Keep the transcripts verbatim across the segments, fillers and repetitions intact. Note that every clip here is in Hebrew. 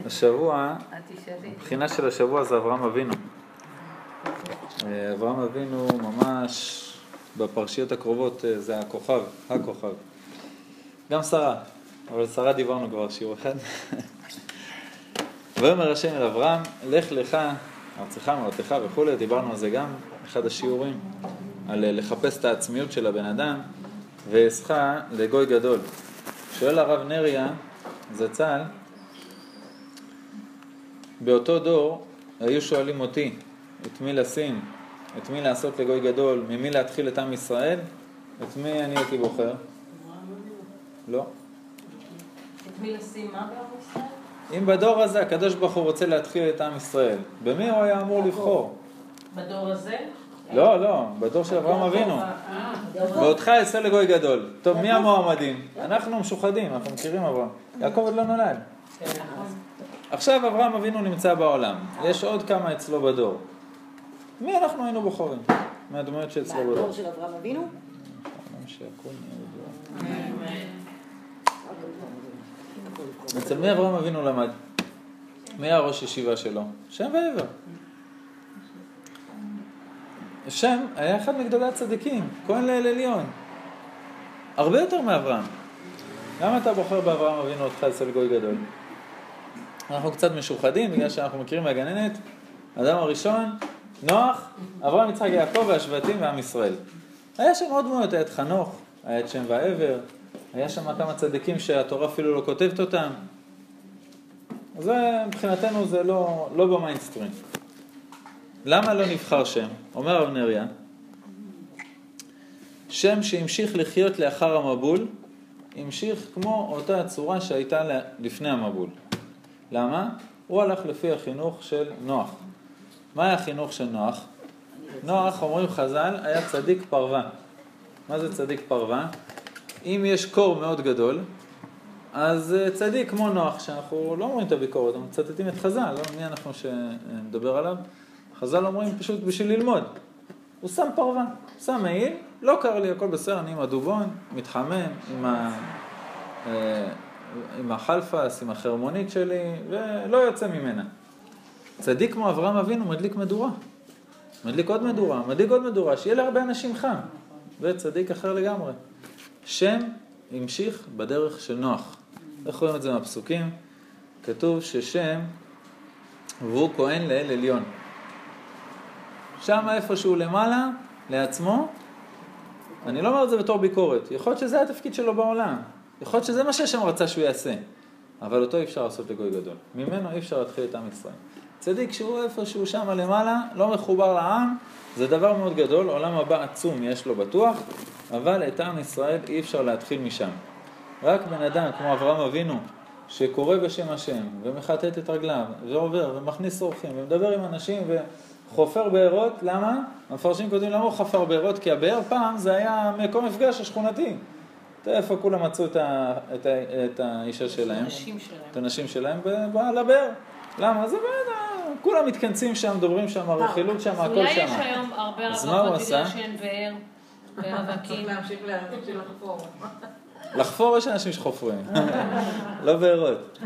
השבוע, הבחינה של השבוע זה אברהם אבינו. אברהם אבינו ממש בפרשיות הקרובות זה הכוכב, הכוכב. גם שרה, אבל שרה דיברנו כבר שיעור אחד. ואומר השם אל אברהם, לך לך, ארצך מולדתך וכו', דיברנו על זה גם, אחד השיעורים, על לחפש את העצמיות של הבן אדם, ועשך לגוי גדול. שואל הרב נריה, זצ"ל, באותו דור היו שואלים אותי, את מי לשים, את מי לעשות לגוי גדול, ממי להתחיל את עם ישראל, את מי אני הייתי בוחר? לא. את מי לשים מה בעם ישראל? אם בדור הזה הקדוש ברוך הוא רוצה להתחיל את עם ישראל, במי הוא היה אמור לבחור? בדור הזה? לא, לא, בדור של אברהם אבינו. ואותך אעשה לגוי גדול. טוב, מי המועמדים? אנחנו משוחדים, אנחנו מכירים אברהם. יעקב עוד לא נולד. עכשיו אברהם אבינו נמצא בעולם. יש עוד כמה אצלו בדור. מי אנחנו היינו בוחרים? מהדמויות שאצלו בדור. בדור של אברהם אבינו? אצל מי אברהם אבינו למד? מי הראש ישיבה שלו? שם ועבר. שם היה אחד מגדולי הצדיקים, כהן לאל עליון. הרבה יותר מאברהם. למה אתה בוחר באברהם אבינו אותך אצל גוי גדול? אנחנו קצת משוחדים, בגלל שאנחנו מכירים מהגננת. האדם הראשון, נוח, אברהם, יצחק, יעקב והשבטים ועם ישראל. היה שם עוד דמויות, היה את חנוך, היה את שם ועבר, היה שם כמה צדיקים שהתורה אפילו לא כותבת אותם. אז מבחינתנו זה לא, לא במיינסטרים. למה לא נבחר שם? אומר רב נריה, שם שהמשיך לחיות לאחר המבול, המשיך כמו אותה הצורה שהייתה לפני המבול. למה? הוא הלך לפי החינוך של נוח. מה היה החינוך של נוח? נוח, אומרים חז"ל, היה צדיק פרווה. מה זה צדיק פרווה? אם יש קור מאוד גדול, אז צדיק כמו נוח, שאנחנו לא אומרים את הביקורת, אנחנו מצטטים את חז"ל, לא מי אנחנו שנדבר עליו. חז"ל אומרים פשוט בשביל ללמוד. הוא שם פרווה, שם מעיל, לא קר לי, הכל בסדר, אני עם הדובון, מתחמם, עם, ה... עם החלפס, עם החרמונית שלי, ולא יוצא ממנה. צדיק כמו אברהם אבינו מדליק מדורה. מדליק עוד מדורה, מדליק עוד מדורה, שיהיה להרבה אנשים חם. וצדיק אחר לגמרי. שם המשיך בדרך של נוח. איך רואים את זה מהפסוקים? כתוב ששם, והוא כהן לאל עליון. שם איפשהו למעלה, לעצמו, אני לא אומר את זה בתור ביקורת, יכול להיות שזה התפקיד שלו בעולם, יכול להיות שזה מה שהשם רצה שהוא יעשה, אבל אותו אי אפשר לעשות לגוי גדול, ממנו אי אפשר להתחיל את עם ישראל. צדיק שהוא איפשהו שם למעלה, לא מחובר לעם, זה דבר מאוד גדול, עולם הבא עצום יש לו בטוח, אבל את עם ישראל אי אפשר להתחיל משם. רק בן אדם כמו אברהם אבינו, שקורא בשם השם, ומחטט את רגליו, ועובר, ומכניס אורחים, ומדבר עם אנשים, ו... חופר בארות, למה? המפרשים כותבים למה הוא חפר בארות? כי הבאר פעם זה היה מקום מפגש השכונתי. איפה כולם מצאו את, ה, את, ה, את האישה שלהם? את הנשים שלהם. את הנשים שלהם לבאר. למה? זה בעד, כולם מתכנסים שם, דוברים שם, הרכילות שם, הכל שם. אולי יש היום הרבה רבות בגלל שאין באר, באבקים. להמשיך להמשיך לחפור. לחפור יש אנשים שחופרים, לא בארות.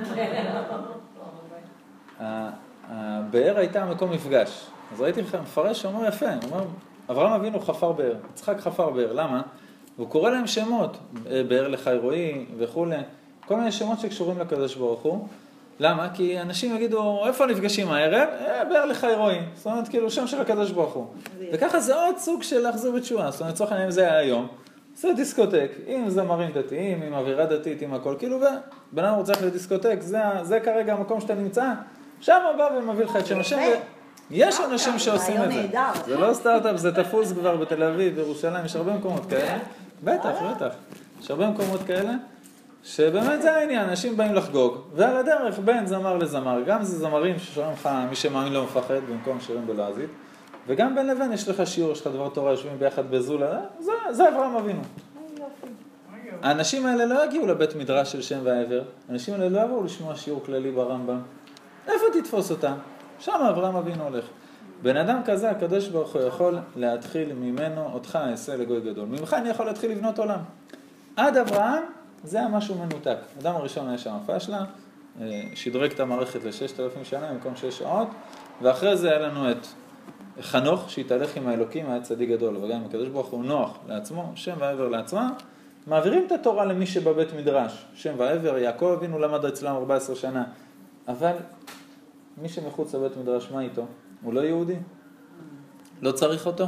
הבאר הייתה מקום מפגש. אז ראיתי לך מפרש שאומר יפה, אומר, אברהם אבינו חפר באר, יצחק חפר באר, למה? הוא קורא להם שמות, באר לחי רועי וכו', כל מיני שמות שקשורים לקדוש ברוך הוא. למה? כי אנשים יגידו, איפה נפגשים הערב? אה, באר לחי רועי, זאת אומרת, כאילו, שם של הקדוש ברוך הוא. וככה זה עוד סוג של להחזור בתשועה, זאת אומרת, צורך העניין זה היה היום, זה דיסקוטק, עם זמרים דתיים, עם אווירה דתית, עם הכל, כאילו, ובן אדם רוצה לדיסקוטק, זה, זה כרגע המקום שאתה נמצא, שם בא ומביא לך את שם השם, יש אנשים שעושים את זה. זה לא סטארט-אפ, זה תפוס כבר בתל אביב, בירושלים, יש הרבה מקומות כאלה. בטח, בטח. יש הרבה מקומות כאלה, שבאמת זה העניין, אנשים באים לחגוג, ועל הדרך בין זמר לזמר, גם זה זמרים ששומעים לך, מי שמאמין לא מפחד, במקום שירים בלועזית, וגם בין לבין יש לך שיעור, יש לך דבר תורה, יושבים ביחד בזולה, זה, זה אברהם אבינו. האנשים האלה לא יגיעו לבית מדרש של שם ועבר, האנשים האלה לא יבואו לשמוע שיעור כללי ברמב"ם. איפה תתפוס אותם? שם אברהם אבינו הולך. בן אדם כזה, הקדוש ברוך הוא יכול להתחיל ממנו, אותך אעשה לגוי גדול. ממך אני יכול להתחיל לבנות עולם. עד אברהם, זה היה משהו מנותק. אדם הראשון היה שם הפשלה, שדרג את המערכת ל-ששת אלפים שנה במקום שש שעות, ואחרי זה היה לנו את חנוך שהתהלך עם האלוקים, היה צדיק גדול, וגם הקדוש ברוך הוא נוח לעצמו, שם ועבר לעצמה, מעבירים את התורה למי שבבית מדרש, שם ועבר, יעקב אבינו למד אצלם ארבע עשרה שנה, אבל מי שמחוץ לבית מדרש, מה איתו? הוא לא יהודי? לא צריך אותו?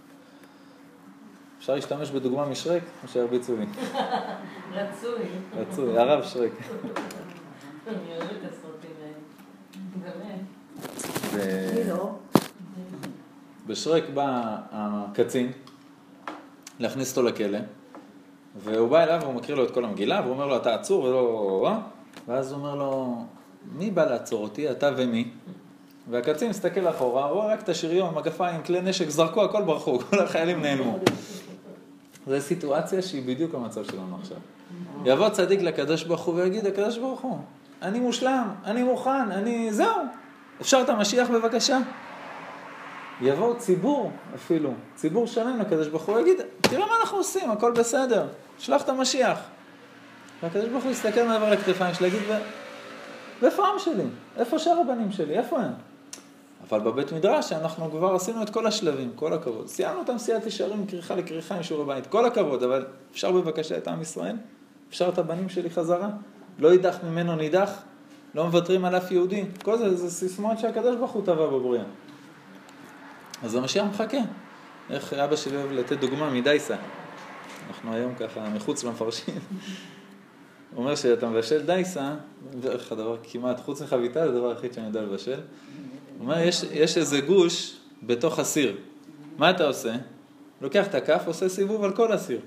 אפשר להשתמש בדוגמה משרק, או שהרביצו לי? רצוי. רצוי, הרב שרק. אני אוהב את הסרטים האלה. גם ו- אני לא. בשרק בא הקצין להכניס אותו לכלא, והוא בא אליו והוא מקריא לו את כל המגילה, והוא אומר לו, אתה עצור ולא... ואז הוא אומר לו, מי בא לעצור אותי, אתה ומי? והקצין מסתכל אחורה, הוא רואה רק את השריון, מגפיים, כלי נשק, זרקו, הכל ברחו, כל החיילים נעלמו. זו סיטואציה שהיא בדיוק המצב שלנו עכשיו. יבוא צדיק לקדוש ברוך הוא ויגיד, הקדוש ברוך הוא, אני מושלם, אני מוכן, אני... זהו, אפשר את המשיח בבקשה? יבוא ציבור אפילו, ציבור שלם לקדוש ברוך הוא ויגיד, תראה מה אנחנו עושים, הכל בסדר, שלח את המשיח. והקדוש ברוך הוא יסתכל מעבר לכתפיים שלה, להגיד, ואיפה העם שלי? איפה שאר הבנים שלי? איפה הם? אבל בבית מדרש אנחנו כבר עשינו את כל השלבים, כל הכבוד. סיימנו אותם סיעת ישרים, כריכה לכריכה עם שיעורי בית, כל הכבוד, אבל אפשר בבקשה את עם ישראל? אפשר את הבנים שלי חזרה? לא יידח ממנו נידח? לא מוותרים על אף יהודי? כל זה, זה סיסמאות שהקדוש ברוך הוא טבע בבריאה. אז המשיח מחכה. איך אבא שלי אוהב לתת דוגמה מדייסה. אנחנו היום ככה מחוץ למפרשים. הוא אומר שאתה מבשל דייסה, דרך הדבר כמעט, חוץ מחביתה, זה הדבר הכי שאני יודע לבשל. הוא אומר, יש, יש איזה גוש בתוך הסיר. מה אתה עושה? לוקח את הכף, עושה סיבוב על כל הסיר.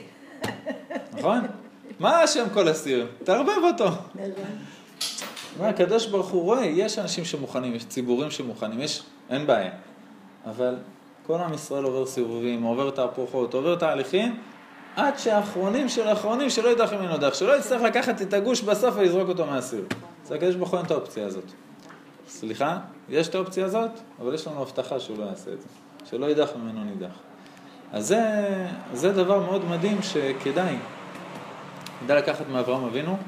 נכון? מה השם כל הסיר? תערבב אותו. מה, הקדוש ברוך הוא רואה, יש אנשים שמוכנים, יש ציבורים שמוכנים, יש, אין בעיה. אבל כל עם ישראל עובר סיבובים, עובר תהפוכות, עובר תהליכים, עד שהאחרונים של האחרונים שלא ידח ממנו דח, שלא יצטרך לקחת את הגוש בסוף ולזרוק אותו מהסיר. אז הקדוש ברוך הוא אין את האופציה הזאת. סליחה, יש את האופציה הזאת, אבל יש לנו הבטחה שהוא לא יעשה את זה. שלא ידח ממנו נידח. אז זה, זה דבר מאוד מדהים שכדאי, כדאי לקחת מאברהם אבינו,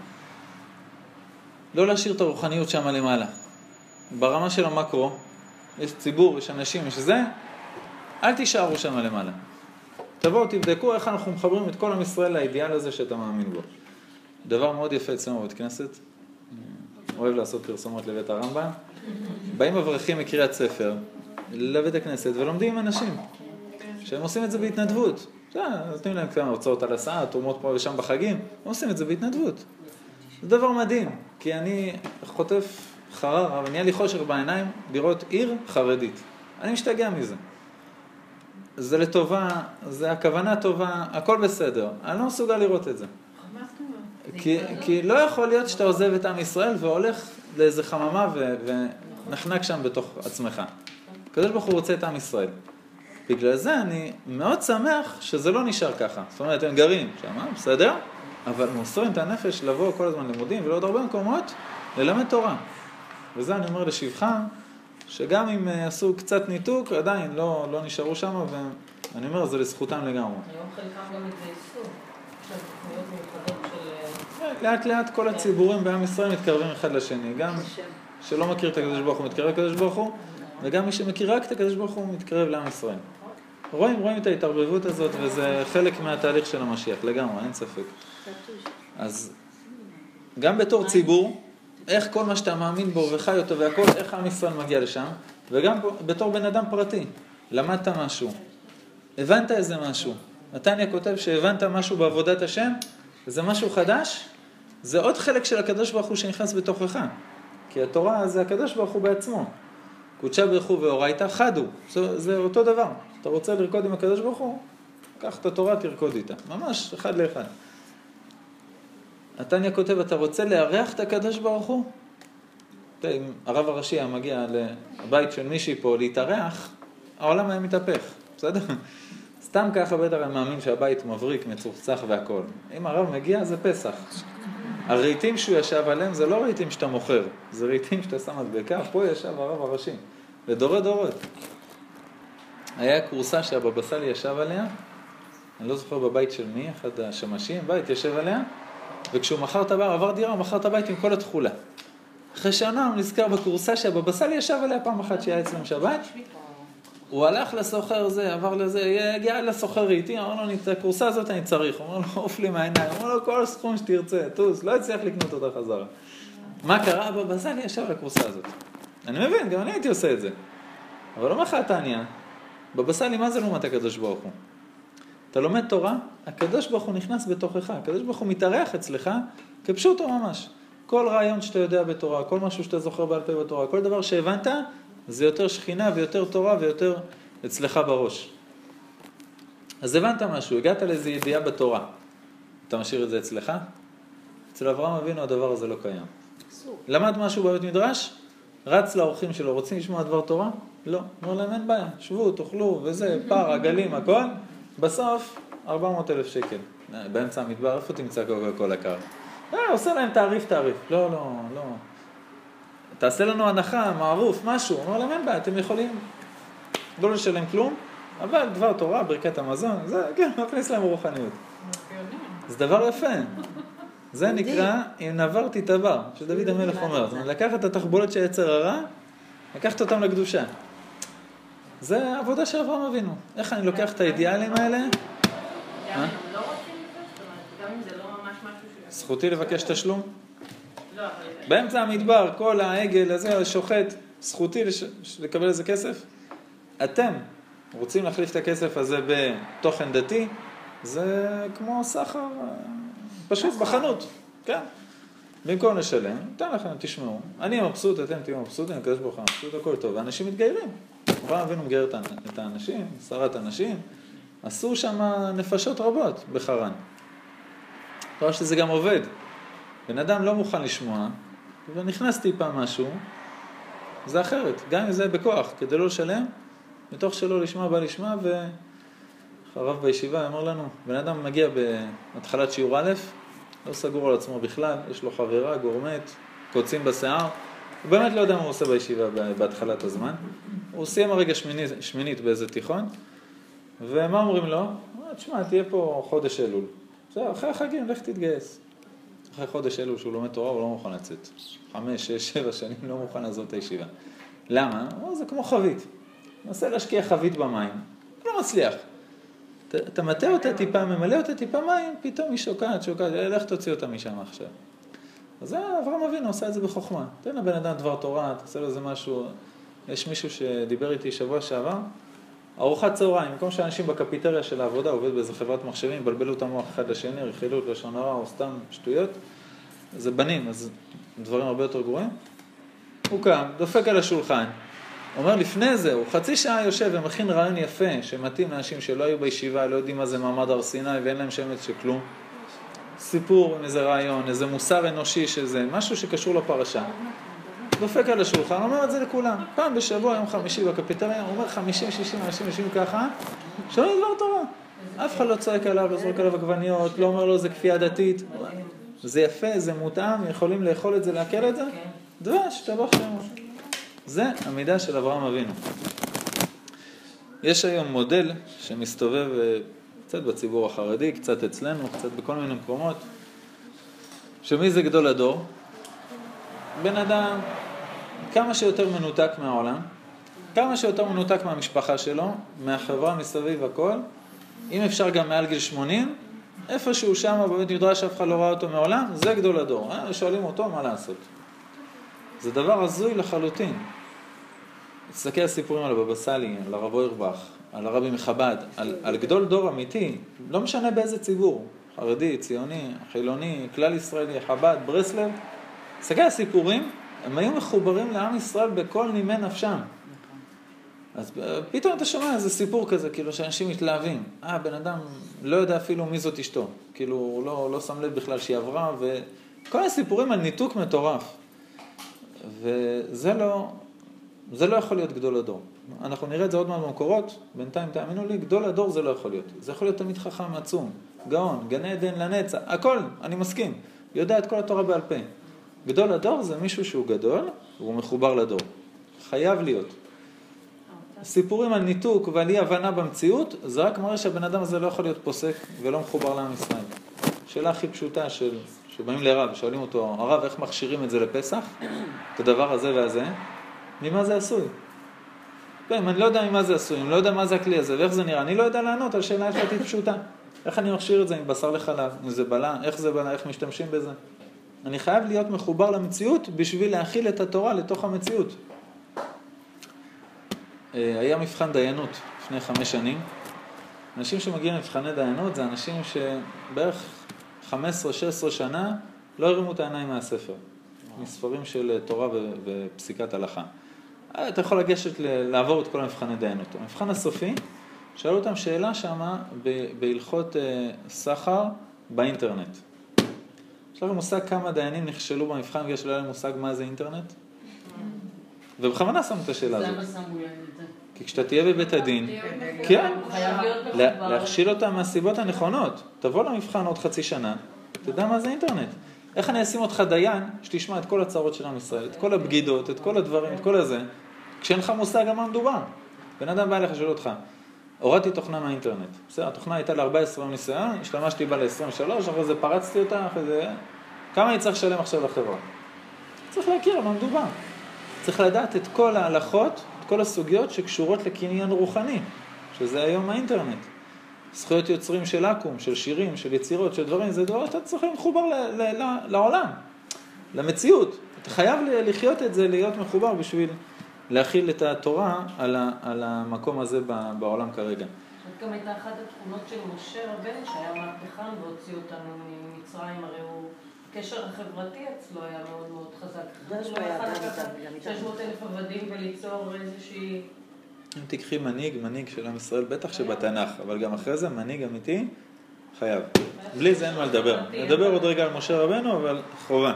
לא להשאיר את הרוחניות שם למעלה. ברמה של המקרו, יש ציבור, יש אנשים, יש זה, אל תישארו שם למעלה. תבואו, תבדקו איך אנחנו מחברים את כל עם ישראל לאידיאל הזה שאתה מאמין בו. דבר מאוד יפה אצלנו בבית כנסת, אוהב לעשות פרסומות לבית הרמב"ם, באים אברכים מקריאת ספר לבית הכנסת ולומדים עם אנשים, שהם עושים את זה בהתנדבות. נותנים להם כמה הוצאות על הסעה, תרומות פה ושם בחגים, הם עושים את זה בהתנדבות. זה דבר מדהים, כי אני חוטף חררה, ונהיה לי חושך בעיניים לראות עיר חרדית. אני משתגע מזה. זה לטובה, זה הכוונה טובה, הכל בסדר. אני לא מסוגל לראות את זה. כי, כי לא יכול להיות שאתה עוזב את עם ישראל והולך לאיזה חממה ו, ונחנק שם בתוך עצמך. הקדוש ברוך הוא רוצה את עם ישראל. בגלל זה אני מאוד שמח שזה לא נשאר ככה. זאת אומרת, הם גרים שם, בסדר? אבל מוסרים את הנפש לבוא כל הזמן לימודים ולעוד הרבה מקומות ללמד תורה. וזה אני אומר לשבחה, שגם אם עשו קצת ניתוק, עדיין לא, לא נשארו שם, ואני אומר, זה לזכותם לגמרי. היום חלקם גם התגייסו. יש להם תוכניות מיוחדות של... לאט לאט כל הציבורים בעם ישראל מתקרבים אחד לשני. גם שלא מכיר את הקדוש ברוך הוא מתקרב לקדוש ברוך הוא, וגם מי שמכיר רק את הקדוש ברוך הוא מתקרב לעם ישראל. רואים, רואים את ההתערבבות הזאת, וזה חלק מהתהליך של המשיח, לגמרי, אין ספק. אז גם בתור ציבור, איך כל מה שאתה מאמין בו וחי אותו והכל, איך עם ישראל מגיע לשם, וגם בתור בן אדם פרטי, למדת משהו, הבנת איזה משהו. נתניה כותב שהבנת משהו בעבודת השם, וזה משהו חדש, זה עוד חלק של הקדוש ברוך הוא שנכנס בתוכך. כי התורה זה הקדוש ברוך הוא בעצמו. קודשה ברך הוא ואורייתא חדו, זה, זה אותו דבר. אתה רוצה לרקוד עם הקדוש ברוך הוא, קח את התורה, תרקוד איתה. ממש, אחד לאחד. נתניה כותב, אתה רוצה לארח את הקדוש ברוך הוא? אם הרב הראשי היה מגיע לבית של מישהי פה להתארח, העולם היה מתהפך, בסדר? סתם ככה בטח אני מאמין שהבית מבריק, מצוחצח והכל. אם הרב מגיע זה פסח. הרהיטים שהוא ישב עליהם זה לא רהיטים שאתה מוכר, זה רהיטים שאתה שם מדבקה, פה ישב הרב הראשי, לדורי דורות. היה קורסה שהבבא סאלי ישב עליה, אני לא זוכר בבית של מי, אחד השמשים, בית ישב עליה, וכשהוא מכר את הבית, עבר דירה, הוא מכר את הבית עם כל התכולה. אחרי שנה הוא נזכר בקורסה שהבבא סאלי ישב עליה פעם אחת שהיה אצלם שבת, הוא הלך לסוחר זה, עבר לזה, הגיע לסוחרית, אמר לו, את הקורסה הזאת אני צריך, הוא אומר לו, עוף לי מהעיניים, הוא אומר לו, כל הסכום שתרצה, טוס, לא הצליח לקנות אותה חזרה. מה קרה? הבבא סאלי ישב על הקורסה הזאת. אני מבין, גם אני הייתי עושה את זה. אבל לא מחאת העניין. בבא סאלי, מה זה לעומת הקדוש ברוך הוא? אתה לומד תורה, הקדוש ברוך הוא נכנס בתוכך, הקדוש ברוך הוא מתארח אצלך כפשוטו ממש. כל רעיון שאתה יודע בתורה, כל משהו שאתה זוכר בעל פה בתורה, כל דבר שהבנת, זה יותר שכינה ויותר תורה ויותר אצלך בראש. אז הבנת משהו, הגעת לאיזו ידיעה בתורה. אתה משאיר את זה אצלך? אצל אברהם אבינו הדבר הזה לא קיים. למד משהו בבית מדרש? רץ לאורחים שלו, רוצים לשמוע דבר תורה? לא. אמר להם, אין בעיה, שבו, תאכלו, וזה, פר, עגלים, הכל. בסוף, ארבע מאות אלף שקל. באמצע המדבר, איפה תמצא קוקה קולה קר? אה, עושה להם תעריף, תעריף. לא, לא, לא. תעשה לנו הנחה, מערוף, משהו. אמר להם, אין בעיה, אתם יכולים לא לשלם כלום, אבל דבר תורה, ברכת המזון, זה, כן, מכניס להם רוחניות. זה דבר יפה. זה נקרא, אם נברתי תבר, שדוד המלך אומר. זאת אומרת, לקחת את התחבולות של יצר הרע, לקחת אותם לקדושה. זה העבודה של אברהם אבינו. איך אני לוקח את האידיאלים האלה? גם אם לא רוצים לבקש, גם אם זה לא ממש משהו ש... זכותי לבקש תשלום? לא, אבל... באמצע המדבר, כל העגל הזה שוחט, זכותי לקבל איזה כסף? אתם רוצים להחליף את הכסף הזה בתוכן דתי? זה כמו סחר, פשוט בחנות, כן. במקום לשלם, תן לכם, תשמעו. אני מבסוט, אתם תהיו מבסוטים, הקדוש ברוך הוא מבסוט, הכל טוב. האנשים מתגיירים. אברהם אבינו מגייר את האנשים, עשרת האנשים. עשו שם נפשות רבות בחרן. תראה שזה גם עובד. בן אדם לא מוכן לשמוע, ונכנס טיפה משהו, זה אחרת. גם אם זה בכוח, כדי לא לשלם, מתוך שלא לשמוע, בא לשמוע, והרב בישיבה אמר לנו, בן אדם מגיע בהתחלת שיעור א', לא סגור על עצמו בכלל, יש לו חברה, גורמת, קוצים בשיער, הוא באמת לא יודע מה הוא עושה בישיבה בהתחלת הזמן, הוא סיים הרגע שמינית, שמינית באיזה תיכון, ומה אומרים לו? תשמע, תהיה פה חודש אלול. בסדר, אחרי החגים, לך תתגייס. אחרי חודש אלול שהוא לומד תורה, הוא לא מוכן לצאת. חמש, שש, שבע שנים לא מוכן לעזוב את הישיבה. למה? הוא, זה כמו חבית. מנסה להשקיע חבית במים, לא מצליח. אתה מטה אותה טיפה, ממלא אותה טיפה מים, פתאום היא שוקעת, שוקעת, לך תוציא אותה משם עכשיו. אז אברהם אבינו עושה את זה בחוכמה. תן לבן אדם דבר תורה, תעשה לו איזה משהו. יש מישהו שדיבר איתי שבוע שעבר, ארוחת צהריים, במקום שאנשים בקפיטריה של העבודה עובד באיזה חברת מחשבים, בלבלו את המוח אחד לשני, רכילות, לשון הרע או סתם שטויות, זה בנים, אז דברים הרבה יותר גרועים. הוא קם, דופק על השולחן, אומר לפני זה, הוא חצי שעה יושב ומכין רעיון יפה, שמתאים לאנשים שלא היו בישיבה, לא יודעים מה זה מעמד הר סיני ואין להם שמץ של כלום. סיפור עם איזה רעיון, איזה מוסר אנושי שזה, משהו שקשור לפרשה. דופק על השולחן, אומר את זה לכולם. פעם בשבוע, יום חמישי בקפיטריה, הוא אומר חמישים שישים אנשים יושבים ככה, שלא דבר תורה. אף אחד לא צועק עליו, לא זורק עליו עגבניות, לא אומר לו זה כפייה דתית. זה יפה, זה מותאם, יכולים לאכול את זה, להקל את זה? דבש, טבח שמו. זה המידה של אברהם אבינו. יש היום מודל שמסתובב קצת בציבור החרדי, קצת אצלנו, קצת בכל מיני מקומות, שמי זה גדול הדור? בן אדם כמה שיותר מנותק מהעולם, כמה שיותר מנותק מהמשפחה שלו, מהחברה מסביב הכל, אם אפשר גם מעל גיל שמונים, איפשהו שם בבית מדרש אף אחד לא ראה אותו מעולם, זה גדול הדור. אה? שואלים אותו מה לעשות. זה דבר הזוי לחלוטין. תסתכל על סיפורים על הבבא סאלי, על הרב אוירבך, על הרבי מחב"ד, על, על גדול דור אמיתי, לא משנה באיזה ציבור, חרדי, ציוני, חילוני, כלל ישראלי, חב"ד, ברסלב, תסתכל על סיפורים, הם היו מחוברים לעם ישראל בכל נימי נפשם. אז פתאום אתה שומע איזה סיפור כזה, כאילו שאנשים מתלהבים. אה, בן אדם לא יודע אפילו מי זאת אשתו. כאילו, הוא לא, לא שם לב בכלל שהיא עברה, וכל הסיפורים על ניתוק מטורף. וזה לא, זה לא יכול להיות גדול הדור. אנחנו נראה את זה עוד מעט במקורות, בינתיים תאמינו לי, גדול הדור זה לא יכול להיות. זה יכול להיות תמיד חכם עצום, גאון, גן עדן לנצח, הכל, אני מסכים. יודע את כל התורה בעל פה. גדול הדור זה מישהו שהוא גדול, והוא מחובר לדור. חייב להיות. סיפורים על ניתוק ועל אי הבנה במציאות, זה רק מראה שהבן אדם הזה לא יכול להיות פוסק ולא מחובר לעם ישראל. שאלה הכי פשוטה של, שבאים לרב, שואלים אותו, הרב, איך מכשירים את זה לפסח? את הדבר הזה והזה? ממה זה עשוי? אם אני לא יודע ממה זה עשוי, אני לא יודע מה זה הכלי הזה ואיך זה נראה, אני לא יודע לענות על שאלה הלכתית פשוטה. איך אני מכשיר את זה עם בשר לחלב, אם זה בלה, איך זה בלה, איך משתמשים בזה? אני חייב להיות מחובר למציאות בשביל להכיל את התורה לתוך המציאות. היה מבחן דיינות לפני חמש שנים. אנשים שמגיעים למבחני דיינות זה אנשים שבערך חמש עשרה שש עשרה שנה לא הרימו את העיניים מהספר. מספרים של תורה ופסיקת הלכה. אתה יכול לגשת לעבור את כל המבחני דיינות. המבחן הסופי, שאלו אותם שאלה שמה בהלכות סחר באינטרנט. יש לכם מושג כמה דיינים נכשלו במבחן בגלל שלא היה להם מושג מה זה אינטרנט? ובכוונה שמו את השאלה הזאת. למה שמו להם את זה? כי כשאתה תהיה בבית הדין, כן, להכשיל אותם מהסיבות הנכונות. תבוא למבחן עוד חצי שנה, תדע מה זה אינטרנט. איך אני אשים אותך דיין שתשמע את כל הצרות של עם ישראל, את כל הבגידות, את כל הדברים, את כל הזה, כשאין לך מושג על מה מדובר. בן אדם בא אליך שואל אותך, הורדתי תוכנה מהאינטרנט. בסדר, התוכנה הייתה ל-ארבע עשרה ניסיון, השתמשתי בה ל-עשרים ושלוש, אחרי זה פרצתי אותה, אחרי זה... כמה אני צריך לשלם עכשיו לחברה? צריך להכיר על מה מדובר. צריך לדעת את כל ההלכות, את כל הסוגיות שקשורות לקניין רוחני, שזה היום האינטרנט. זכויות יוצרים של אקום, של שירים, של יצירות, של דברים, זה דבר שאתה צריך מחובר ל- ל- ל- לעולם, למציאות. אתה חייב לחיות את זה, להיות מחובר בשביל להכיל את התורה על, ה- על המקום הזה ב- בעולם כרגע. זאת גם הייתה אחת התכונות של משה רבנו, שהיה מהפכן והוציא אותנו ממצרים, הרי הוא... הקשר החברתי אצלו היה מאוד מאוד חזק. זה לא היה גם איתם. שש מאות אלף עבדים וליצור איזושהי... אם תקחי מנהיג, מנהיג של עם ישראל, בטח שבתנ"ך, אבל גם אחרי זה מנהיג אמיתי חייב. בלי זה אין מה לדבר. נדבר עוד רגע על משה רבנו, אבל חובה.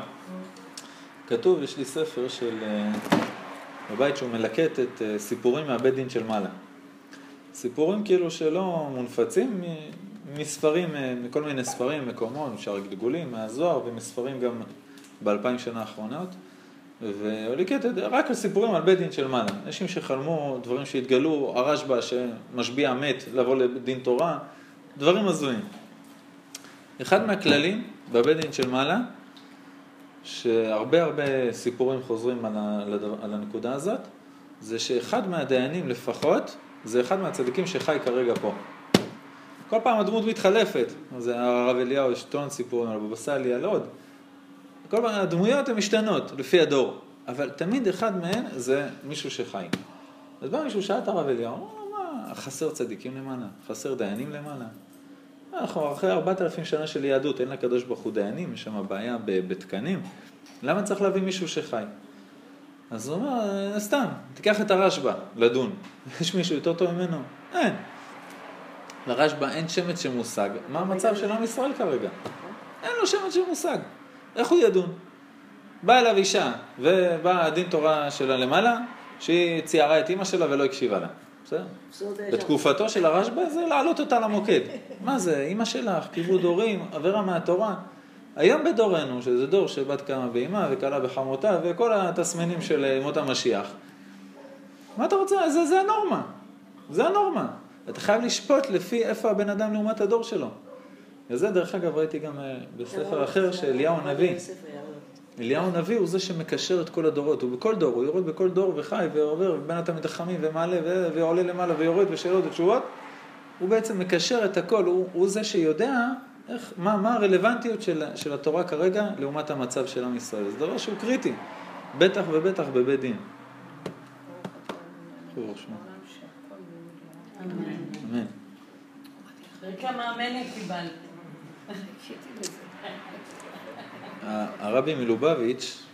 כתוב, יש לי ספר של בבית שהוא מלקט את סיפורים מהבית דין של מעלה. סיפורים כאילו שלא מונפצים מספרים, מכל מיני ספרים, מקומות, אפשר גלגולים, מהזוהר, ומספרים גם באלפיים שנה האחרונות. וליקט רק על סיפורים על בית דין של מעלה. אנשים שחלמו, דברים שהתגלו, הרשב"א שמשביע מת לבוא לדין תורה, דברים הזויים. אחד מהכללים בבית דין של מעלה, שהרבה הרבה סיפורים חוזרים על, ה, על הנקודה הזאת, זה שאחד מהדיינים לפחות, זה אחד מהצדיקים שחי כרגע פה. כל פעם הדמות מתחלפת, זה הרב אליהו, יש טון סיפורים על בבא סאלי, על עוד. כל פעם הדמויות הן משתנות לפי הדור, אבל תמיד אחד מהן זה מישהו שחי. אז בא מישהו שאת הרב אליהו, אמר, מה, חסר צדיקים למעלה, חסר דיינים למעלה. אנחנו אחרי ארבעת אלפים שנה של יהדות, אין לקדוש ברוך הוא דיינים, יש שם בעיה בתקנים. למה צריך להביא מישהו שחי? אז הוא אומר, סתם, תיקח את הרשב"א לדון. יש מישהו יותר טוב ממנו? אין. לרשב"א אין שמץ של מושג. מה המצב של עם ישראל כרגע? אין לו שמץ של מושג. איך הוא ידון? באה אליו אישה, ובאה דין תורה שלה למעלה, שהיא ציירה את אמא שלה ולא הקשיבה לה. בסדר? בתקופתו של הרשב"א זה להעלות אותה למוקד. מה זה? אמא שלך, כיבוד הורים, עבירה מהתורה. היום בדורנו, שזה דור שבת קמה באמא וקלה בחמותה, וכל התסמנים של מות המשיח. מה אתה רוצה? זה, זה הנורמה. זה הנורמה. אתה חייב לשפוט לפי איפה הבן אדם לעומת הדור שלו. וזה דרך אגב ראיתי גם בספר אחר שאליהו הנביא. אליהו הנביא הוא זה שמקשר את כל הדורות, הוא בכל דור, הוא יורד בכל דור וחי ועובר בין התלמידי חכמים ומעלה ועולה למעלה ויורד ושאלות ותשובות. הוא בעצם מקשר את הכל, הוא, הוא זה שיודע איך, מה, מה הרלוונטיות של, של התורה כרגע לעומת המצב של עם ישראל. זה דבר שהוא קריטי, בטח ובטח בבית דין. אמן. כמה אמנת קיבלת. הרבי מלובביץ',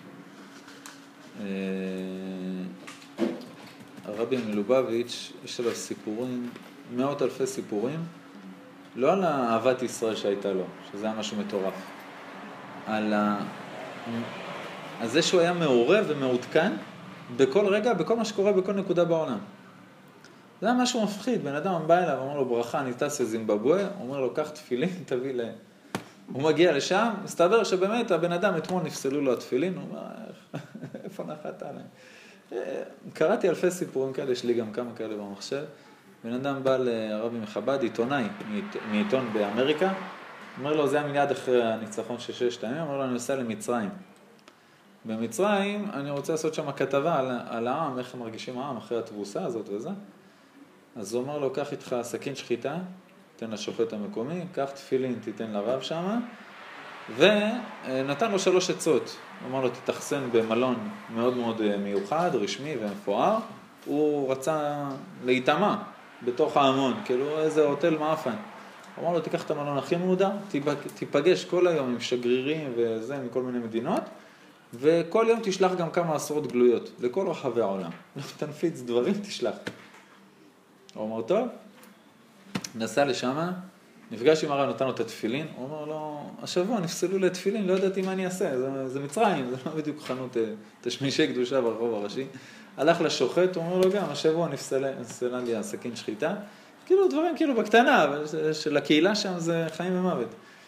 הרבי מלובביץ', יש עליו סיפורים, מאות אלפי סיפורים, לא על אהבת ישראל שהייתה לו, שזה היה משהו מטורף, על, ה... על זה שהוא היה מעורב ומעודכן בכל רגע, בכל מה שקורה בכל נקודה בעולם. זה היה משהו מפחיד, בן אדם בא אליו, אומר לו ברכה, אני טס לזימבבואה, אומר לו, קח תפילין, תביא ל... הוא מגיע לשם, מסתבר שבאמת הבן אדם אתמול נפסלו לו התפילין, הוא אומר, איפה נחת עליהם? קראתי אלפי סיפורים כאלה, יש לי גם כמה כאלה במחשב. בן אדם בא לרבי מחב"ד, עיתונאי, מעיתון באמריקה, אומר לו, זה היה מיד אחרי הניצחון של ששת הימים, אומר לו, אני נוסע למצרים. במצרים אני רוצה לעשות שם כתבה על, על העם, איך הם מרגישים העם אחרי התבוסה הזאת וזה. אז הוא אומר לו, קח איתך סכין שחיטה, תן לשוחט המקומי, קח תפילין, תיתן לרב שם, ונתן לו שלוש עצות. הוא אמר לו, תתאכסן במלון מאוד מאוד מיוחד, רשמי ומפואר. הוא רצה להיטמע בתוך ההמון, כאילו איזה הוטל מאפן. הוא אמר לו, תיקח את המלון הכי מודע, תיפגש כל היום עם שגרירים וזה מכל מיני מדינות, וכל יום תשלח גם כמה עשרות גלויות, לכל רחבי העולם. תנפיץ דברים, תשלח. הוא אומר, טוב, נסע לשם, נפגש עם הרב, נתן לו את התפילין, הוא אומר לו, השבוע נפסלו לתפילין, לא ידעתי מה אני אעשה, זה, זה מצרים, זה לא בדיוק חנות תשמישי קדושה ברחוב הראשי. הלך לשוחט, הוא אומר לו גם, השבוע נפסלה, נפסלה לי הסכין שחיטה, כאילו דברים כאילו בקטנה, אבל של הקהילה שם זה חיים ומוות.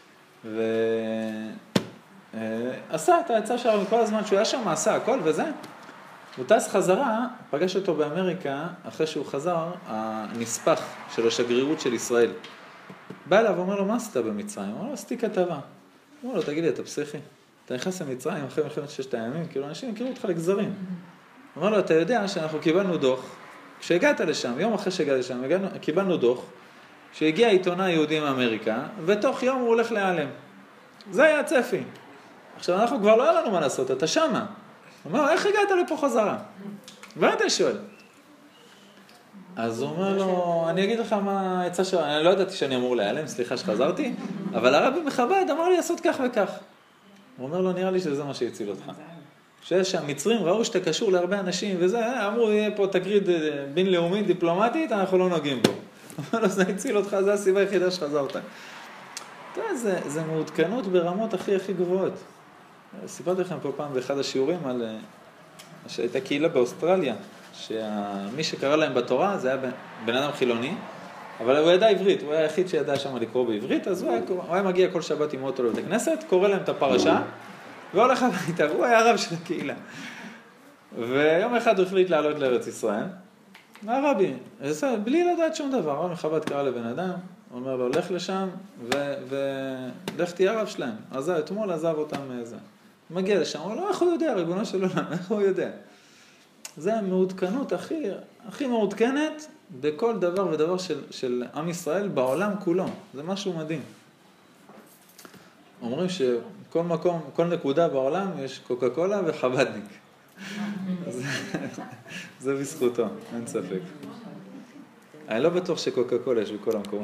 ועשה את העצה שלו כל הזמן שהוא היה שם, עשה הכל וזה. הוא טס חזרה, פגש אותו באמריקה, אחרי שהוא חזר, הנספח של השגרירות של ישראל. בא אליו ואומר לו, מה עשית במצרים? הוא אומר לו, עשיתי כתבה. הוא אומר לו, תגיד לי, אתה פסיכי? אתה נכנס למצרים אחרי מלחמת ששת הימים, כאילו אנשים הכירו אותך לגזרים. הוא אומר לו, אתה יודע שאנחנו קיבלנו דוח, כשהגעת לשם, יום אחרי שהגעת לשם, הגענו, קיבלנו דוח, שהגיע עיתונאי יהודי מאמריקה, ותוך יום הוא הולך להיעלם. זה היה הצפי. עכשיו אנחנו כבר לא היה לנו מה לעשות, אתה שמה. הוא אומר, איך הגעת לפה חזרה? ואתה שואל. אז הוא אומר לו, אני אגיד לך מה העצה שלו, אני לא ידעתי שאני אמור להיעלם, סליחה שחזרתי, אבל הרבי מכבד אמר לי לעשות כך וכך. הוא אומר לו, נראה לי שזה מה שהציל אותך. שהמצרים ראו שאתה קשור להרבה אנשים, וזה, אמרו, יהיה פה תקרית בינלאומית, דיפלומטית, אנחנו לא נוגעים בו. הוא אומר לו, זה הציל אותך, זה הסיבה היחידה שחזרת. אתה יודע, זה, זה מעודכנות ברמות הכי הכי גבוהות. סיפרתי לכם פה פעם באחד השיעורים על שהייתה קהילה באוסטרליה, שמי שקרא להם בתורה זה היה בן אדם חילוני, אבל הוא ידע עברית, הוא היה היחיד שידע שם לקרוא בעברית, אז הוא היה, הוא היה מגיע כל שבת עם אוטו לבית הכנסת, קורא להם את הפרשה, והולך הביתה, הוא היה הרב של הקהילה. ויום אחד הוא החליט לעלות לארץ ישראל, הרבי, בלי לדעת שום דבר, הרב מכבד קרא לבן אדם, הוא אומר לו, לך לשם ולך תהיה הרב שלהם. אז אתמול עזב אותם זה. מגיע לשם, הוא אומר לו, איך הוא יודע, ריבונו של עולם, איך הוא יודע? זה המעודכנות הכי, הכי מעודכנת בכל דבר ודבר של, של עם ישראל בעולם כולו. זה משהו מדהים. אומרים שכל מקום, כל נקודה בעולם יש קוקה קולה וחבדניק. זה, זה בזכותו, אין ספק. אני לא בטוח שקוקה קולה יש בכל המקומות.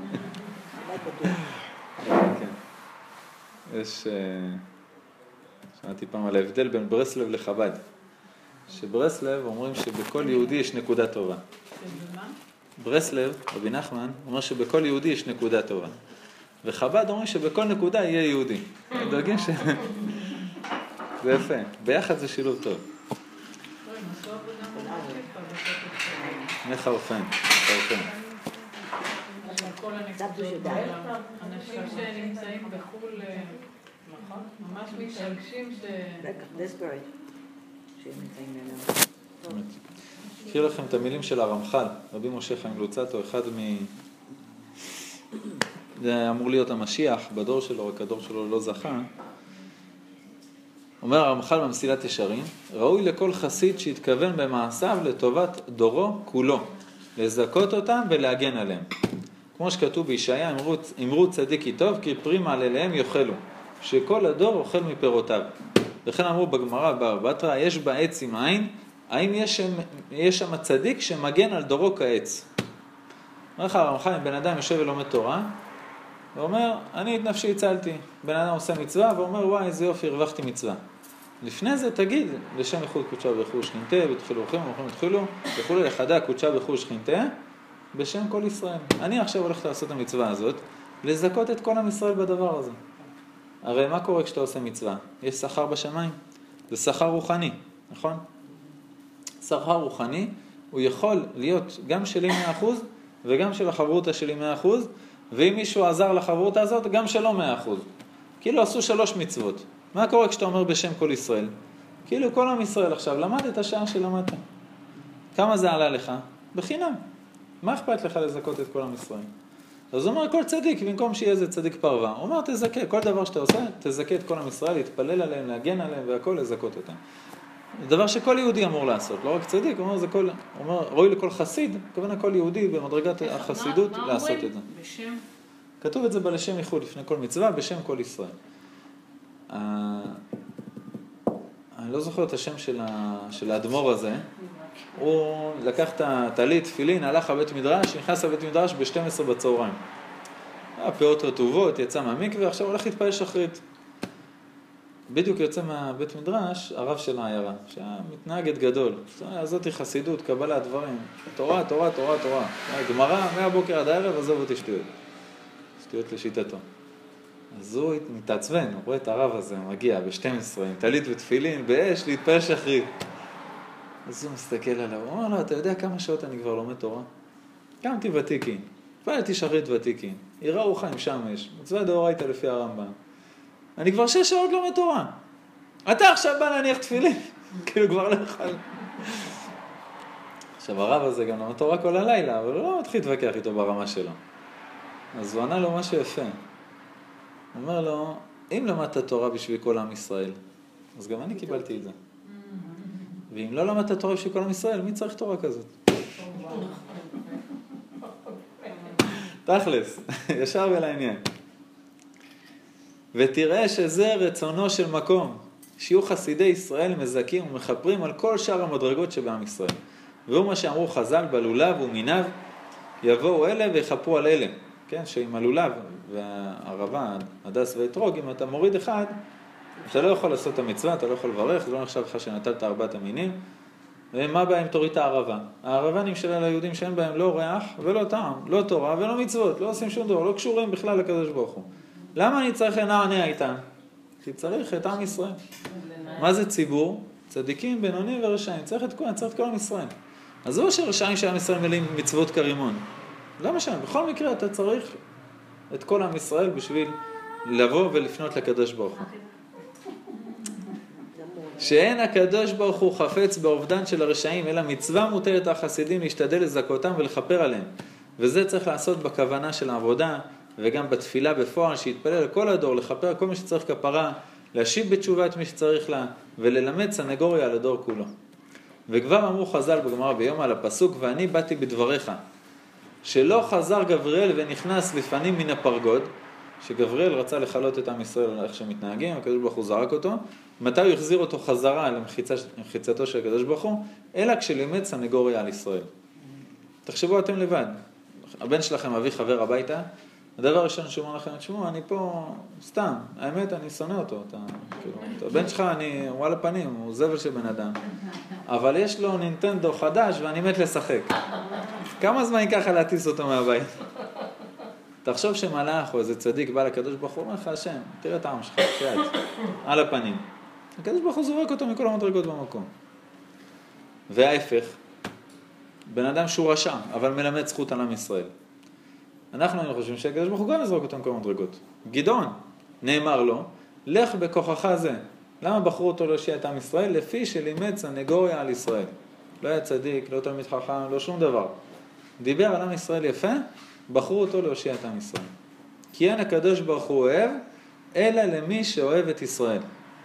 כן. יש, שמעתי פעם על ההבדל בין ברסלב לחב"ד. שברסלב אומרים שבכל יהודי יש נקודה טובה. ברסלב, רבי נחמן, אומר שבכל יהודי יש נקודה טובה. וחב"ד אומרים שבכל נקודה יהיה יהודי. דואגים ש... זה יפה. ביחד זה שילוב טוב. מחרפן, מחרפן. אנשים שנמצאים בחול, ממש מתרגשים ש... דספרט. שהם נמצאים אליו. אקריא לכם את המילים של הרמח"ל, רבי משה חיים לוצאטו, אחד מ... זה אמור להיות המשיח בדור שלו, רק הדור שלו לא זכה. אומר הרמח"ל במסילת ישרים, ראוי לכל חסיד שהתכוון במעשיו לטובת דורו כולו, לזכות אותם ולהגן עליהם. כמו שכתוב בישעיה, אמרו, אמרו צדיקי טוב, כי פרי מעלליהם יאכלו, שכל הדור אוכל מפירותיו. וכן אמרו בגמרא בבבא בתרא, יש בעץ עם עין, האם יש שם, יש שם צדיק שמגן על דורו כעץ? אומר לך הרמח"ל, אם בן אדם יושב ולומד תורה, ואומר, אני את נפשי הצלתי. בן אדם עושה מצווה, ואומר, וואי, איזה יופי, הרווחתי מצווה. לפני זה תגיד, לשם ייחוד קודשה וברכו ושכינתה, בתחילו אורחים, אורחים התחילו, וכולי לחדה קודשה וברכו ושכינתה, בשם כל ישראל. אני עכשיו הולך לעשות את המצווה הזאת, לזכות את כל עם ישראל בדבר הזה. הרי מה קורה כשאתה עושה מצווה? יש שכר בשמיים? זה שכר רוחני, נכון? שכר רוחני, הוא יכול להיות גם שלי מאה אחוז, וגם של החברותה שלי מאה אחוז, ואם מישהו עזר לחברותה הזאת, גם שלו מאה אחוז. כאילו עשו שלוש מצוות. מה קורה כשאתה אומר בשם כל ישראל? כאילו כל עם ישראל עכשיו למד את השעה שלמדת. כמה זה עלה לך? בחינם. מה אכפת לך לזכות את כל עם ישראל? אז הוא אומר, כל צדיק, במקום שיהיה איזה צדיק פרווה, הוא אומר, תזכה, כל דבר שאתה עושה, תזכה את כל עם ישראל, להתפלל עליהם, להגן עליהם, והכל לזכות אותם. זה דבר שכל יהודי אמור לעשות, לא רק צדיק, הוא אומר, זה כל, הוא אומר, רואי לכל חסיד, כוונה כל יהודי במדרגת החסידות לעשות את זה. בשם? כתוב את זה בלשם ייחוד, לפני כל מצווה, בשם כל ישראל. אני לא זוכר את השם של, ה... של האדמו"ר הזה, הוא לקח את הטלית, תפילין, הלך לבית מדרש, נכנס לבית מדרש ב-שתים עשרה בצהריים. הפאות רטובות, יצא מהמקווה, עכשיו הולך להתפעל שחרית. בדיוק יוצא מהבית מדרש, הרב של העיירה, שהיה מתנהגת גדול. זאת היא חסידות, קבלה, דברים. תורה, תורה, תורה, תורה. גמרא, מהבוקר עד הערב, עזוב אותי שטויות. שטויות לשיטתו. אז הוא מתעצבן, הוא רואה את הרב הזה, הוא מגיע ב-שתים עשרה, עם טלית ותפילין, באש, להתפעל שחרית. אז הוא מסתכל עליו, הוא אומר לו, אתה יודע כמה שעות אני כבר לומד תורה? קמתי ותיקין, פעלתי שחרית ותיקין, יראו חיים שמש, מצווה דאורייתא לפי הרמב"ם. אני כבר שש שעות לומד תורה. אתה עכשיו בא להניח תפילין, כאילו כבר לא יכול. עכשיו הרב הזה גם לומד תורה כל הלילה, אבל הוא לא מתחיל להתווכח איתו ברמה שלו. אז הוא ענה לו משהו יפה. הוא אומר לו, אם למדת תורה בשביל כל עם ישראל, אז גם אני קיבלתי את זה. ואם לא למדת תורה בשביל כל עם ישראל, מי צריך תורה כזאת? תכלס, ישר ולעניין. ותראה שזה רצונו של מקום, שיהיו חסידי ישראל מזכים ומחפרים על כל שאר המדרגות שבעם ישראל. והוא מה שאמרו חז"ל בלולב ומיניו, יבואו אלה ויחפרו על אלה. כן, שעם הלולב והערבה, הדס והאתרוג, אם אתה מוריד אחד, אתה לא יכול לעשות את המצווה, אתה לא יכול לברך, זה לא נחשב לך שנטלת ארבעת המינים. ומה בהם תוריד את הערבה? הערבה נמשלה ליהודים שאין בהם לא ריח ולא טעם, לא תורה ולא מצוות, לא עושים שום דבר, לא קשורים בכלל לקדוש ברוך הוא. למה אני צריך לנענע איתם? כי צריך את עם ישראל. מה זה ציבור? צדיקים, בינונים ורשעים. צריך את כל, צריך את כל עם ישראל. אז זו שרשעים שעם ישראל מלאים מצוות כרימון. לא משנה, בכל מקרה אתה צריך את כל עם ישראל בשביל לבוא ולפנות לקדוש ברוך הוא. שאין הקדוש ברוך הוא חפץ באובדן של הרשעים, אלא מצווה מותרת החסידים להשתדל לזכותם ולחפר עליהם. וזה צריך לעשות בכוונה של העבודה, וגם בתפילה בפועל, שיתפלל לכל הדור, לחפר כל מי שצריך כפרה, להשיב בתשובה את מי שצריך לה, וללמד סנגוריה על הדור כולו. וכבר אמרו חז"ל בגמרא ביום על הפסוק, ואני באתי בדבריך, שלא חזר גבריאל ונכנס לפנים מן הפרגוד, שגבריאל רצה לחלות את עם ישראל על איך שמתנהגים, הקדוש ברוך הוא זרק אותו, מתי הוא החזיר אותו חזרה למחיצתו של הקדוש ברוך הוא? אלא כשלימד סנגוריה על ישראל. תחשבו אתם לבד, הבן שלכם מביא חבר הביתה, הדבר הראשון שהוא אומר לכם, תשמעו, אני פה סתם, האמת אני שונא אותו, אתה, כאילו, הבן שלך אני, הוא על הפנים, הוא זבל של בן אדם, אבל יש לו נינטנדו חדש ואני מת לשחק. כמה זמן ייקח להטיס אותו מהבית? תחשוב שמלאך או איזה צדיק בא לקדוש ברוך הוא, אומר לך השם, תראה את העם שלך, שיעת, על הפנים. הקדוש ברוך הוא זורק אותו מכל המדרגות במקום. וההפך, בן אדם שהוא רשע, אבל מלמד זכות על עם ישראל. אנחנו היינו חושבים שהקדוש ברוך הוא גם יזרוק אותו מכל המדרגות. גדעון, נאמר לו, לך בכוחך זה. למה בחרו אותו להושיע את עם ישראל? לפי שלימד סנגוריה על ישראל. לא היה צדיק, לא תלמיד חכם, לא שום דבר. דיבר על עם ישראל יפה, בחרו אותו להושיע את עם ישראל. כי אין הקדוש ברוך הוא אוהב, אלא למי שאוהב את ישראל.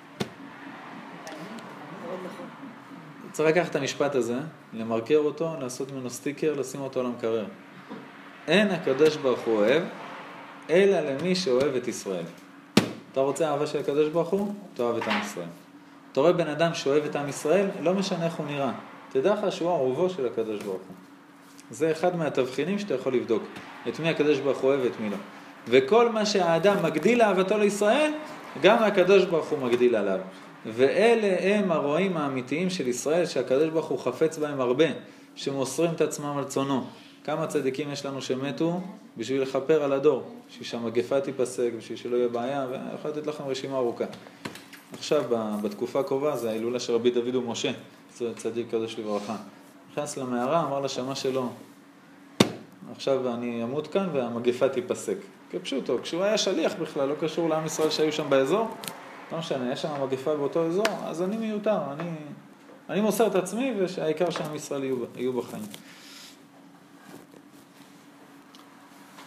צריך לקחת את המשפט הזה, למרקר אותו, לעשות ממנו סטיקר, לשים אותו למקרר. אין הקדוש ברוך הוא אוהב, אלא למי שאוהב את ישראל. אתה רוצה אהבה של הקדוש ברוך הוא? תאהב את עם ישראל. אתה רואה בן אדם שאוהב את עם ישראל, לא משנה איך הוא נראה. תדע לך שהוא אהובו של הקדוש ברוך הוא. זה אחד מהתבחינים שאתה יכול לבדוק. את מי הקדוש ברוך הוא אוהב ואת מי לא. וכל מה שהאדם מגדיל אהבתו לישראל, גם הקדוש ברוך הוא מגדיל עליו. ואלה הם הרועים האמיתיים של ישראל, שהקדוש ברוך הוא חפץ בהם הרבה, שמוסרים את עצמם על צונו. כמה צדיקים יש לנו שמתו בשביל לכפר על הדור, בשביל שהמגפה תיפסק, בשביל שלא יהיה בעיה, ואני יכול לתת לכם רשימה ארוכה. עכשיו, בתקופה הקרובה, זה ההילולה של רבי דוד ומשה, צדיק קדוש לברכה. נכנס למערה, אמר לשמה שלו, עכשיו אני אמות כאן והמגפה תיפסק. כפשוטו, כשהוא היה שליח בכלל, לא קשור לעם ישראל שהיו שם באזור, לא משנה, יש שם מגפה באותו אזור, אז אני מיותר, אני, אני מוסר את עצמי, והעיקר שעם ישראל יהיו, יהיו בחיים.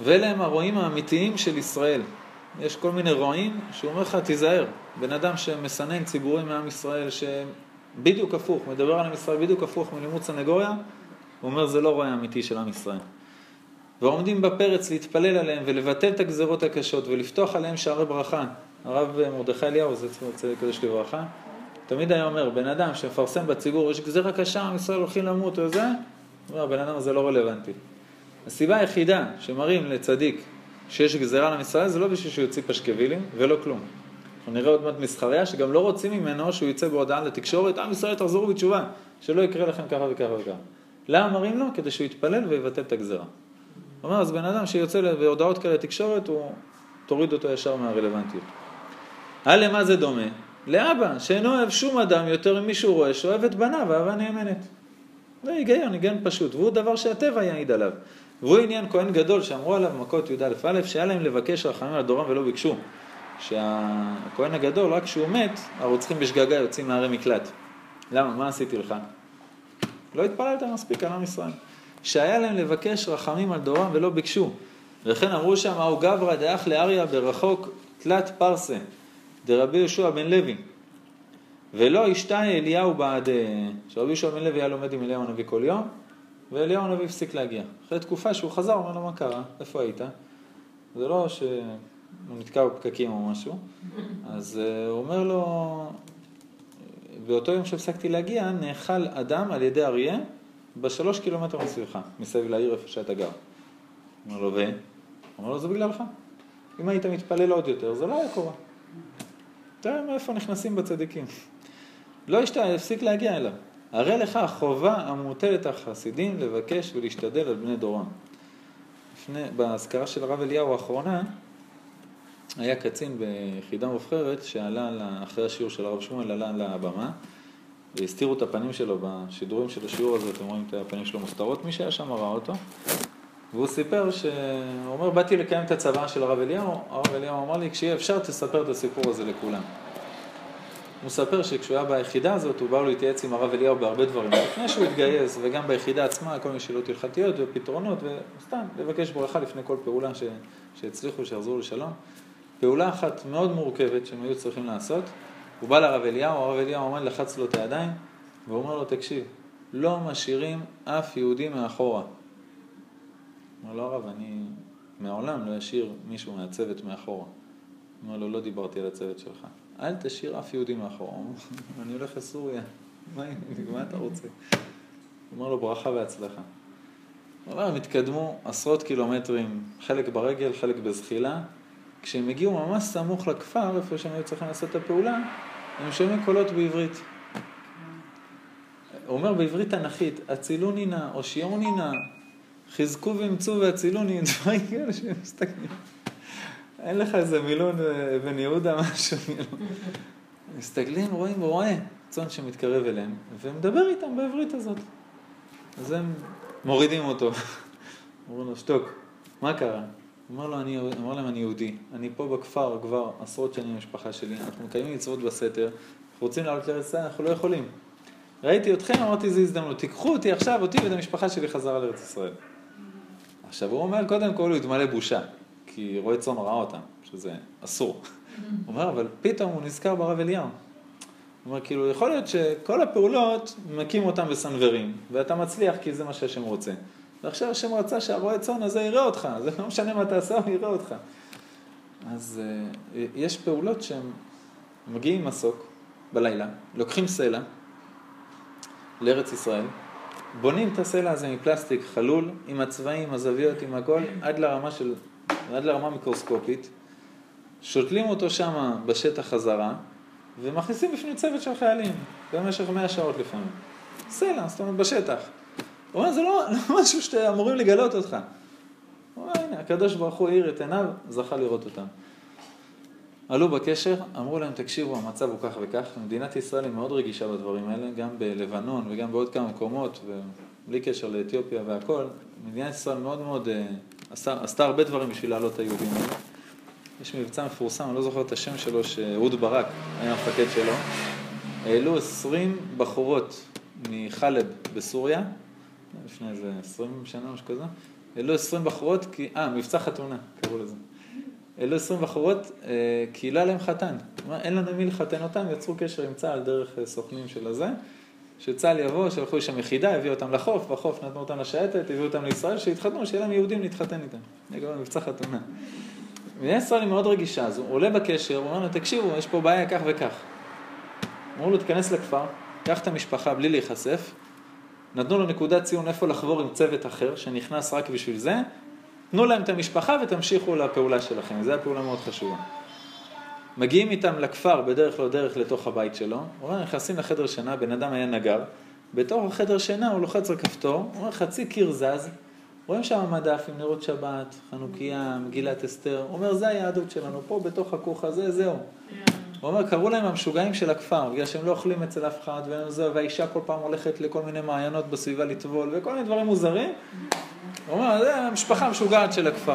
ואלה הם הרועים האמיתיים של ישראל. יש כל מיני רועים שהוא אומר לך, תיזהר. בן אדם שמסנן ציבורים מעם ישראל, שבדיוק הפוך, מדבר על עם ישראל בדיוק הפוך מלימוד סנגוריה, הוא אומר, זה לא רועה אמיתי של עם ישראל. ועומדים בפרץ להתפלל עליהם ולבטל את הגזרות הקשות ולפתוח עליהם שערי ברכה. הרב מרדכי אליהו, זה צריך לקדש לברכה, תמיד היה אומר, בן אדם שמפרסם בציבור, יש גזרה קשה, עם ישראל הולכים למות או זה, הוא אומר, בן אדם הזה לא רלוונטי. הסיבה היחידה שמראים לצדיק שיש גזרה על עם ישראל, זה לא בשביל שהוא יוציא פשקבילים ולא כלום. אנחנו נראה עוד מעט מסחריה שגם לא רוצים ממנו שהוא יצא בהודעה לתקשורת, עם ישראל תחזרו בתשובה, שלא יקרה לכם ככה וככה וככה. למה מראים לו? כדי שהוא יתפלל ויבטל את הגזרה. הוא אומר, אז בן אדם שיוצא בהודעות כאלה לתקשורת, הוא תוריד אותו ישר מהרלוונטיות. הלאה, מה זה דומה? לאבא, שאינו אוהב שום אדם יותר ממי שהוא רואה, שאוהב את בניו, אהבה נאמנת. זה היגיון, היגיון פשוט, והוא דבר שהטבע יעיד עליו. והוא עניין כהן גדול שאמרו עליו מכות י' א' א', שהיה להם לבקש רחמים על דורם ולא ביקשו. שהכהן הגדול, רק כשהוא מת, הרוצחים בשגגה יוצאים מהרי מקלט. למה? מה עשיתי לך? לא התפללת מספיק על עם ישראל. שהיה להם לבקש רחמים על דורם ולא ביקשו. וכן אמרו שם, הוא גברא דאח לאריה ברחוק תלת פרסה, דרבי יהושע בן לוי. ולא ישתה אליהו בעד, שרבי יהושע בן לוי היה לומד עם אליהו הנביא כל יום, ואליהו הנביא הפסיק להגיע. אחרי תקופה שהוא חזר, הוא אומר לו, מה קרה? איפה היית? זה לא שהוא נתקע בפקקים או משהו. אז הוא אומר לו, באותו יום שהפסקתי להגיע, נאכל אדם על ידי אריה, בשלוש קילומטר מסביבך, מסביב לעיר איפה שאתה גר. אומר לו, ו? אומר לו, זה בגללך. אם היית מתפלל עוד יותר, זה לא היה קורה. תראה מאיפה נכנסים בצדיקים. לא ישתה, הפסיק להגיע אליו. הרי לך החובה המוטלת על חסידים לבקש ולהשתדל על בני דורם. לפני, בהזכרה של הרב אליהו האחרונה, היה קצין ביחידה מובחרת שעלה אחרי השיעור של הרב שמואל, עלה לבמה, והסתירו את הפנים שלו בשידורים של השיעור הזה, אתם רואים את הפנים שלו מוסתרות, מי שהיה שם ראה אותו, והוא סיפר שהוא אומר, באתי לקיים את הצבא של הרב אליהו, הרב אליהו אמר לי, כשיהיה אפשר תספר את הסיפור הזה לכולם. הוא מספר שכשהוא היה ביחידה הזאת, הוא בא להתייעץ עם הרב אליהו בהרבה דברים, לפני שהוא התגייס, וגם ביחידה עצמה, כל מיני שאלות הלכתיות ופתרונות, וסתם לבקש ברכה לפני כל פעולה ש... שהצליחו, שיחזרו לשלום. פעולה אחת מאוד מורכבת שהם היו צריכים לעשות, הוא בא לרב אליהו, הרב אליהו עומד לחץ לו את הידיים, והוא אומר לו, תקשיב, לא משאירים אף יהודי מאחורה. אומר לו, הרב, אני מעולם לא אשאיר מישהו מהצוות מאחורה. אומר לו, לא דיברתי על הצוות שלך. אל תשאיר אף יהודי מאחורה. אני הולך לסוריה. מה, מה אתה רוצה? הוא אומר לו, ברכה והצלחה. הוא אומר, הם התקדמו עשרות קילומטרים, חלק ברגל, חלק בזחילה. כשהם הגיעו ממש סמוך לכפר, איפה שהם היו צריכים לעשות את הפעולה, הם שומעים קולות בעברית. הוא אומר בעברית תנכית, הצילוני נא, הושיעוני נא, חזקו ואמצו והצילוני, דברים כאלה שהם מסתכלים. אין לך איזה מילון בן יהודה משהו, מסתכלים, רואים, רואה צאן שמתקרב אליהם, ומדבר איתם בעברית הזאת. אז הם מורידים אותו. אומרים לו, שתוק, מה קרה? אומר לו, אני, אומר להם, אני יהודי, אני פה בכפר כבר עשרות שנים במשפחה שלי, אנחנו מקיימים מצוות בסתר, אנחנו רוצים לעלות לארץ ישראל, אנחנו לא יכולים. ראיתי אתכם, אמרתי, זה הזדמנות, תיקחו אותי עכשיו, אותי ואת המשפחה שלי חזרה לארץ ישראל. עכשיו הוא אומר, קודם כל הוא התמלא בושה, כי רואה צאן ראה אותם, שזה אסור. הוא אומר, אבל פתאום הוא נזכר ברב אליהו. הוא אומר, כאילו, יכול להיות שכל הפעולות מקים אותם בסנוורים, ואתה מצליח כי זה מה שהשם רוצה. ועכשיו השם רצה שהרואה צאן הזה יראה אותך, זה לא משנה מה תעשה, הוא יראה אותך. אז uh, יש פעולות שהם מגיעים מסוק בלילה, לוקחים סלע לארץ ישראל, בונים את הסלע הזה מפלסטיק חלול, עם הצבעים, הזוויות, עם הכל, עד לרמה של, עד לרמה מיקרוסקופית, שותלים אותו שם בשטח חזרה, ומכניסים בפני צוות של חיילים, במשך מאה שעות לפעמים. סלע, זאת אומרת, בשטח. הוא אומר, זה לא, לא משהו שאתם אמורים לגלות אותך. הוא אומר, הנה, הקדוש ברוך הוא העיר את עיניו, זכה לראות אותם. עלו בקשר, אמרו להם, תקשיבו, המצב הוא כך וכך. מדינת ישראל היא מאוד רגישה בדברים האלה, גם בלבנון וגם בעוד כמה מקומות, ובלי קשר לאתיופיה והכל. מדינת ישראל מאוד מאוד עשתה, עשתה הרבה דברים בשביל לעלות את היהודים האלה. יש מבצע מפורסם, אני לא זוכר את השם שלו, שאהוד ברק היה המפקד שלו. העלו עשרים בחורות מחלב בסוריה, לפני איזה עשרים שנה או שכזה, העלו עשרים בחורות, כי... אה, מבצע חתונה, קראו לזה. העלו עשרים בחורות, כי לא עליהם חתן. אין לנו מי לחתן אותם, יצרו קשר עם צה"ל דרך סוכנים של הזה, שצה"ל יבוא, שלחו שם יחידה, הביאו אותם לחוף, בחוף נתנו אותם לשייטת, הביאו אותם לישראל, שהתחתנו, שיהיה להם יהודים להתחתן איתם. נגמר מבצע חתונה. מדינת ישראל היא מאוד רגישה, אז הוא עולה בקשר, הוא אומר לו, תקשיבו, יש פה בעיה כך וכך. אמרו לו, תכנס לכפר, קח את המשפחה בלי להיחשף, נתנו לו נקודת ציון איפה לחבור עם צוות אחר, שנכנס רק בשביל זה, תנו להם את המשפחה ותמשיכו לפעולה שלכם, זו הפעולה מאוד חשובה. מגיעים איתם לכפר בדרך לא דרך לתוך הבית שלו, הוא אומר, נכנסים לחדר שינה, בן אדם היה נגר, בתוך החדר שינה הוא לוחץ על כפתור, הוא אומר, חצי קיר זז, רואים שם מדף עם נרות שבת, חנוכיה, מגילת אסתר, הוא אומר, זה היהדות שלנו, פה בתוך הכוך הזה, זהו. הוא אומר, קראו להם המשוגעים של הכפר, בגלל שהם לא אוכלים אצל אף אחד, והאישה כל פעם הולכת לכל מיני מעיינות בסביבה לטבול, וכל מיני דברים מוזרים. הוא אומר, זה המשפחה המשוגעת של הכפר.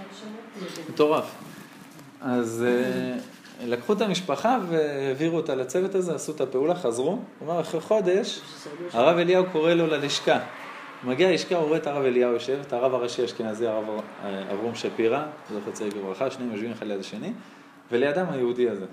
מטורף. אז לקחו את המשפחה והעבירו אותה לצוות הזה, עשו את הפעולה, חזרו. הוא אומר, אחרי חודש, הרב אליהו קורא לו ללשכה. מגיע לשכה, הוא רואה את הרב אליהו יושב, את הרב הראשי אשכנזי, הרב אברום שפירא, זכר צדיק לברכה, שניהם יושבים אחד ליד השני, ולידם היהודי הזה.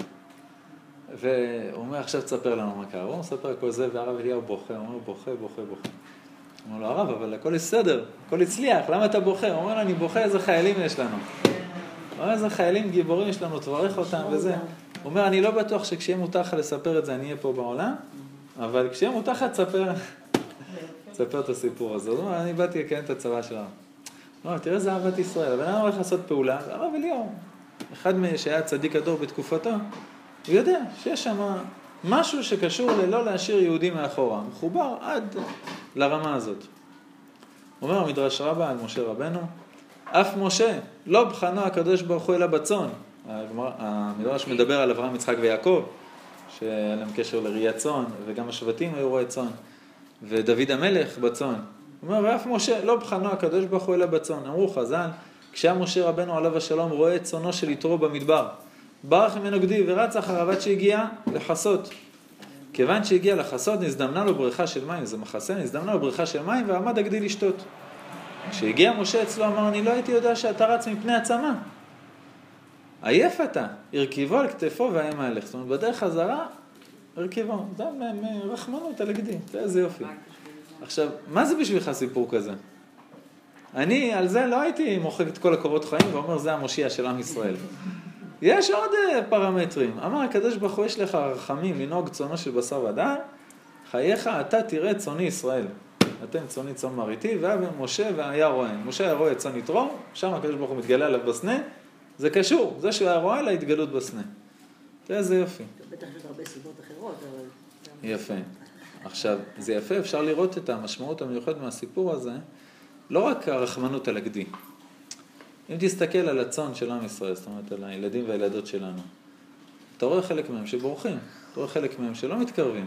והוא אומר, עכשיו תספר לנו מה קרה. הוא מספר כל זה, והרב אליהו בוכה, הוא אומר, בוכה, בוכה, בוכה. הוא אומר לו, הרב, אבל הכל בסדר, הכל הצליח, למה אתה בוכה? הוא אומר לו, אני בוכה, איזה חיילים יש לנו. הוא אומר, איזה חיילים גיבורים יש לנו, תברך אותם וזה. הוא אומר, אני לא בטוח שכשיהיה מותר לך לספר את זה, אני אהיה פה בעולם, אבל כשיהיה מותר לך תספר, תספר את הסיפור הזה. הוא אומר, אני באתי לקיים את הצבא שלנו. הוא אומר, תראה איזה אהבת ישראל, אבל אני הולך לעשות פעולה, והרב אליהו, אחד שהיה צדיק הדור בתקופתו, הוא יודע שיש שם משהו שקשור ללא להשאיר יהודים מאחורה, מחובר עד לרמה הזאת. הוא אומר, המדרש רבה על משה רבנו, אף משה לא בחנו הקדוש ברוך הוא אלא בצאן. המדרש מדבר על אברהם, יצחק ויעקב, שהיה להם קשר לראיית צאן, וגם השבטים היו רואי צאן, ודוד המלך בצאן. הוא אומר, ואף משה לא בחנו הקדוש ברוך הוא אלא בצאן. אמרו חז"ל, כשהיה משה רבנו עליו השלום רואה את צאנו של יתרו במדבר, ברח ממנו גדי ורץ אחריו עד שהגיע לחסות. כיוון שהגיע לחסות, נזדמנה לו בריכה של מים, זה מחסה, נזדמנה לו בריכה של מים ועמד הגדי לשתות. כשהגיע משה אצלו אמר, אני לא הייתי יודע שאתה רץ מפני עצמה. עייף אתה, הרכיבו על כתפו והיה מהלך. זאת אומרת, בדרך חזרה, הרכיבו. זה רחמנות על הגדי, זה איזה יופי. עכשיו, מה זה בשבילך סיפור כזה? אני על זה לא הייתי מוחק את כל הקורות חיים ואומר, זה המושיע של עם ישראל. יש עוד פרמטרים. אמר הקדוש ברוך הוא, יש לך רחמים לנהוג צאנו של בשר ודם, חייך אתה תראה צאני ישראל. אתם צאני צאן מרעיתי, והיה משה והיה רועה. משה היה רועה צאן יתרו, שם הקדוש ברוך הוא מתגלה עליו בסנה, זה קשור, זה שהוא היה רועה להתגלות בסנה. תראה איזה יופי. בטח יש הרבה סיבות אחרות, אבל... יפה. עכשיו, זה יפה, אפשר לראות את המשמעות המיוחדת מהסיפור הזה, לא רק הרחמנות על הגדי. אם תסתכל על הצאן של עם ישראל, זאת אומרת על הילדים והילדות שלנו, אתה רואה חלק מהם שבורחים, אתה רואה חלק מהם שלא מתקרבים.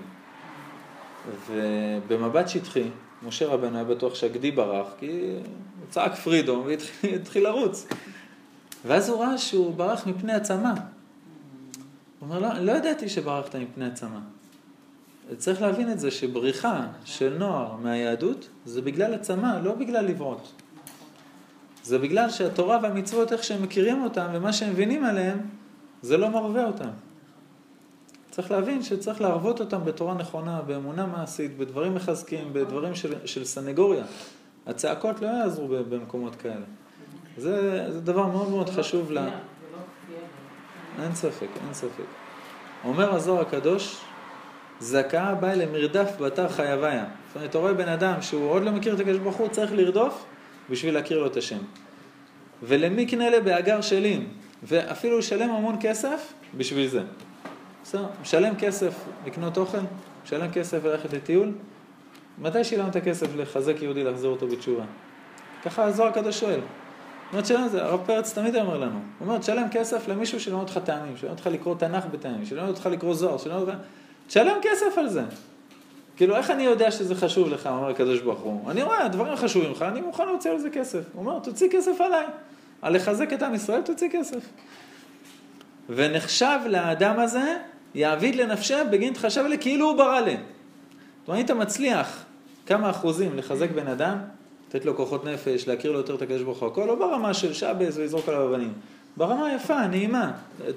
ובמבט שטחי, משה רבנו היה בטוח שהגדי ברח, כי הוא צעק פרידום והתחיל לרוץ. ואז הוא ראה שהוא ברח מפני עצמה. הוא אומר, לא, לא ידעתי שברחת מפני עצמה. צריך להבין את זה שבריחה של נוער מהיהדות, זה בגלל עצמה, לא בגלל לברות. זה בגלל שהתורה והמצוות, איך שהם מכירים אותם, ומה שהם מבינים עליהם, זה לא מרווה אותם. צריך להבין שצריך להרבות אותם בתורה נכונה, באמונה מעשית, בדברים מחזקים, בדברים של, של סנגוריה. הצעקות לא יעזרו במקומות כאלה. זה, זה דבר מאוד מאוד חשוב לה. אין ספק, אין ספק. אומר הזוהר הקדוש, זכאה באה למרדף באתר חייביה. זאת אומרת, אתה רואה בן אדם שהוא עוד לא מכיר את הקדוש ברוך הוא, צריך לרדוף בשביל להכיר לו את השם. ולמי קנה לה באגר שלים, ואפילו לשלם המון כסף בשביל זה. בסדר, משלם כסף לקנות אוכל, משלם כסף ללכת לטיול. מתי שילם את הכסף לחזק יהודי להחזיר אותו בתשובה? ככה הזוהר הקדוש שואל. אומרת שלם זה, הרב פרץ תמיד אומר לנו. הוא אומר, תשלם כסף למישהו שלמד אותך טעמים, שלמד אותך לקרוא תנ"ך בטעמים, שלמד אותך לקרוא זוהר, שלמד אותך... תשלם כסף על זה. כאילו, איך אני יודע שזה חשוב לך, אומר הקדוש ברוך הוא? אני רואה, הדברים חשובים לך, אני מוכן להוציא על זה כסף. הוא אומר, תוציא כסף עליי. על לחזק את עם ישראל, תוציא כסף. ונחשב לאדם הזה, יעביד לנפשה בגין תחשב לי כאילו הוא ברא לי. זאת אומרת, אתה מצליח כמה אחוזים לחזק בן אדם, לתת לו כוחות נפש, להכיר לו יותר את הקדוש ברוך הוא, הכל לא ברמה של שבס ולזרוק עליו אבנים, ברמה יפה, נעימה,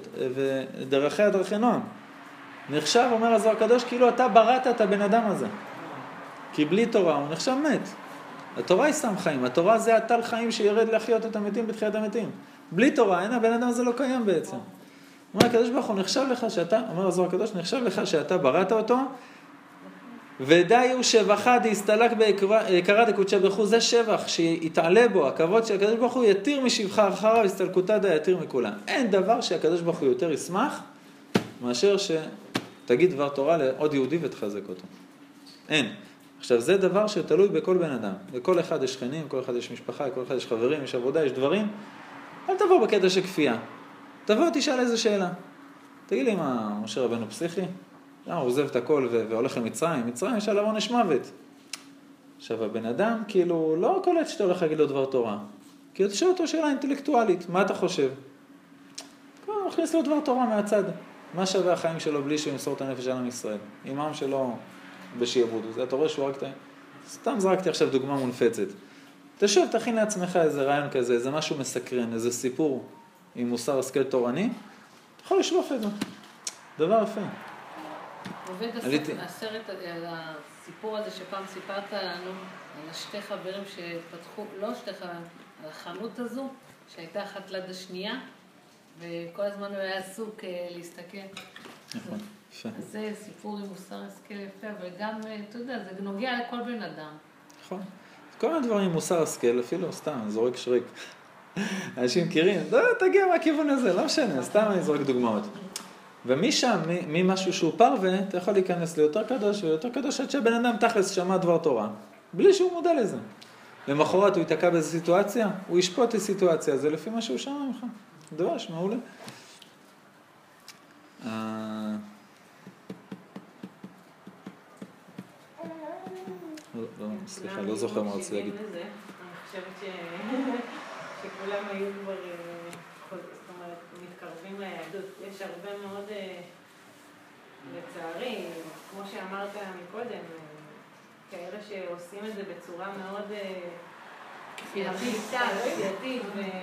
ודרכי הדרכי נועם. נחשב, אומר הזוהר הקדוש, כאילו אתה בראת את הבן אדם הזה. כי בלי תורה הוא נחשב מת. התורה היא סתם חיים, התורה זה הטל חיים שירד להחיות את המתים בתחיית המתים. בלי תורה, אין, הבן אדם הזה לא קיים בעצם. אומר הקדוש ברוך הוא, נחשב לך שאתה, אומר הזוהר הקדוש, נחשב לך שאתה בראת אותו, ודאי הוא שבחה דהסתלק בעיקרה דקודשא ברכו, זה שבח שיתעלה בו, הכבוד של הקדוש ברוך הוא יתיר משבחה אחריו, הסתלקותא דה יתיר מכולם. אין דבר שהקדוש ברוך הוא יותר ישמח, מאשר שתגיד דבר תורה לעוד יהודי ותחזק אותו. אין. עכשיו זה דבר שתלוי בכל בן אדם. לכל אחד יש שכנים, כל אחד יש משפחה, כל אחד יש חברים, יש עבודה, יש דברים. אל תבוא בקטע של כפייה. תבוא תשאל איזה שאלה. תגיד לי מה, משה רבנו פסיכי? הוא עוזב את הכל והולך למצרים. מצרים יש עליו עונש מוות. עכשיו הבן אדם כאילו לא קולט שאתה הולך להגיד לו דבר תורה. כי אתה שואל אותו שאלה אינטלקטואלית. מה אתה חושב? הוא מכניס לו דבר תורה מהצד. מה שווה החיים שלו בלי שהוא ימסור את הנפש על עם ישראל? עם העם שלו בשיעבוד. אתה רואה שהוא רק... סתם זרקתי עכשיו דוגמה מונפצת. תשב, תכין לעצמך איזה רעיון כזה, איזה משהו מסקרן, איזה סיפור עם מוסר השכל תורני. אתה יכול לשלוף את זה. דבר יפה. עובד הסרט, הסיפור הזה שפעם סיפרת לנו, על שתי חברים שפתחו, לא שתי חברים, על החנות הזו, שהייתה אחת ליד השנייה, וכל הזמן הוא היה עסוק להסתכל. נכון, יפה. אז זה סיפור עם מוסר השכל יפה, אבל גם, אתה יודע, זה נוגע לכל בן אדם. נכון. כל מיני דברים עם מוסר השכל, אפילו סתם, זורק שריק. אנשים מכירים, לא, תגיע מהכיוון הזה, לא משנה, סתם אני זורק דוגמאות. ומשם, ממשהו שהוא פרווה, אתה יכול להיכנס ליותר קדוש ויותר קדוש, עד שהבן אדם תכלס שמע דבר תורה, בלי שהוא מודע לזה. למחרת הוא ייתקע באיזו סיטואציה, הוא ישפוט את הסיטואציה, זה לפי מה שהוא שמע ממך. דבר, שמעו לי. סליחה, לא זוכר מה רציתי להגיד. אני חושבת שכולם היו כבר, זאת אומרת, מתקרבים ליהדות. יש הרבה מאוד, לצערי, כמו שאמרת מקודם, כאלה שעושים את זה בצורה מאוד כפייתית,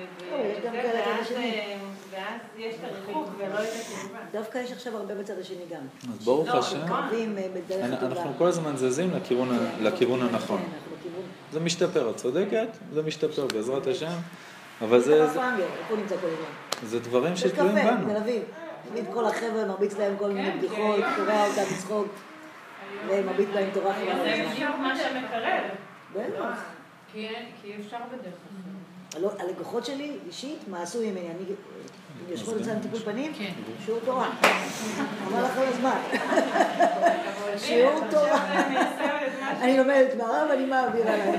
ואז יש את הריחוק ולא את הקרבה. דווקא יש עכשיו הרבה בצד השני גם. אז ברוך השם, אנחנו כל הזמן זזים לכיוון הנכון. זה משתפר, את צודקת, זה משתפר בעזרת השם, אבל זה... זה דברים שתלויים בנו. יש קפה, תל אביב. תמיד כל החבר'ה מרביץ להם כל מיני בדיחות, קורא אותם לצחוק, ומרביץ להם תורה. זה בדיוק מה שמקרב. בטח. כי אפשר בדרך כלל. הלקוחות שלי, אישית, מה עשו ממני? אני יושבות אצלם טיפול פנים, שיעור תורה. אמר לך כל הזמן. שיעור תורה. אני לומדת מהרב, אני מעבירה להם.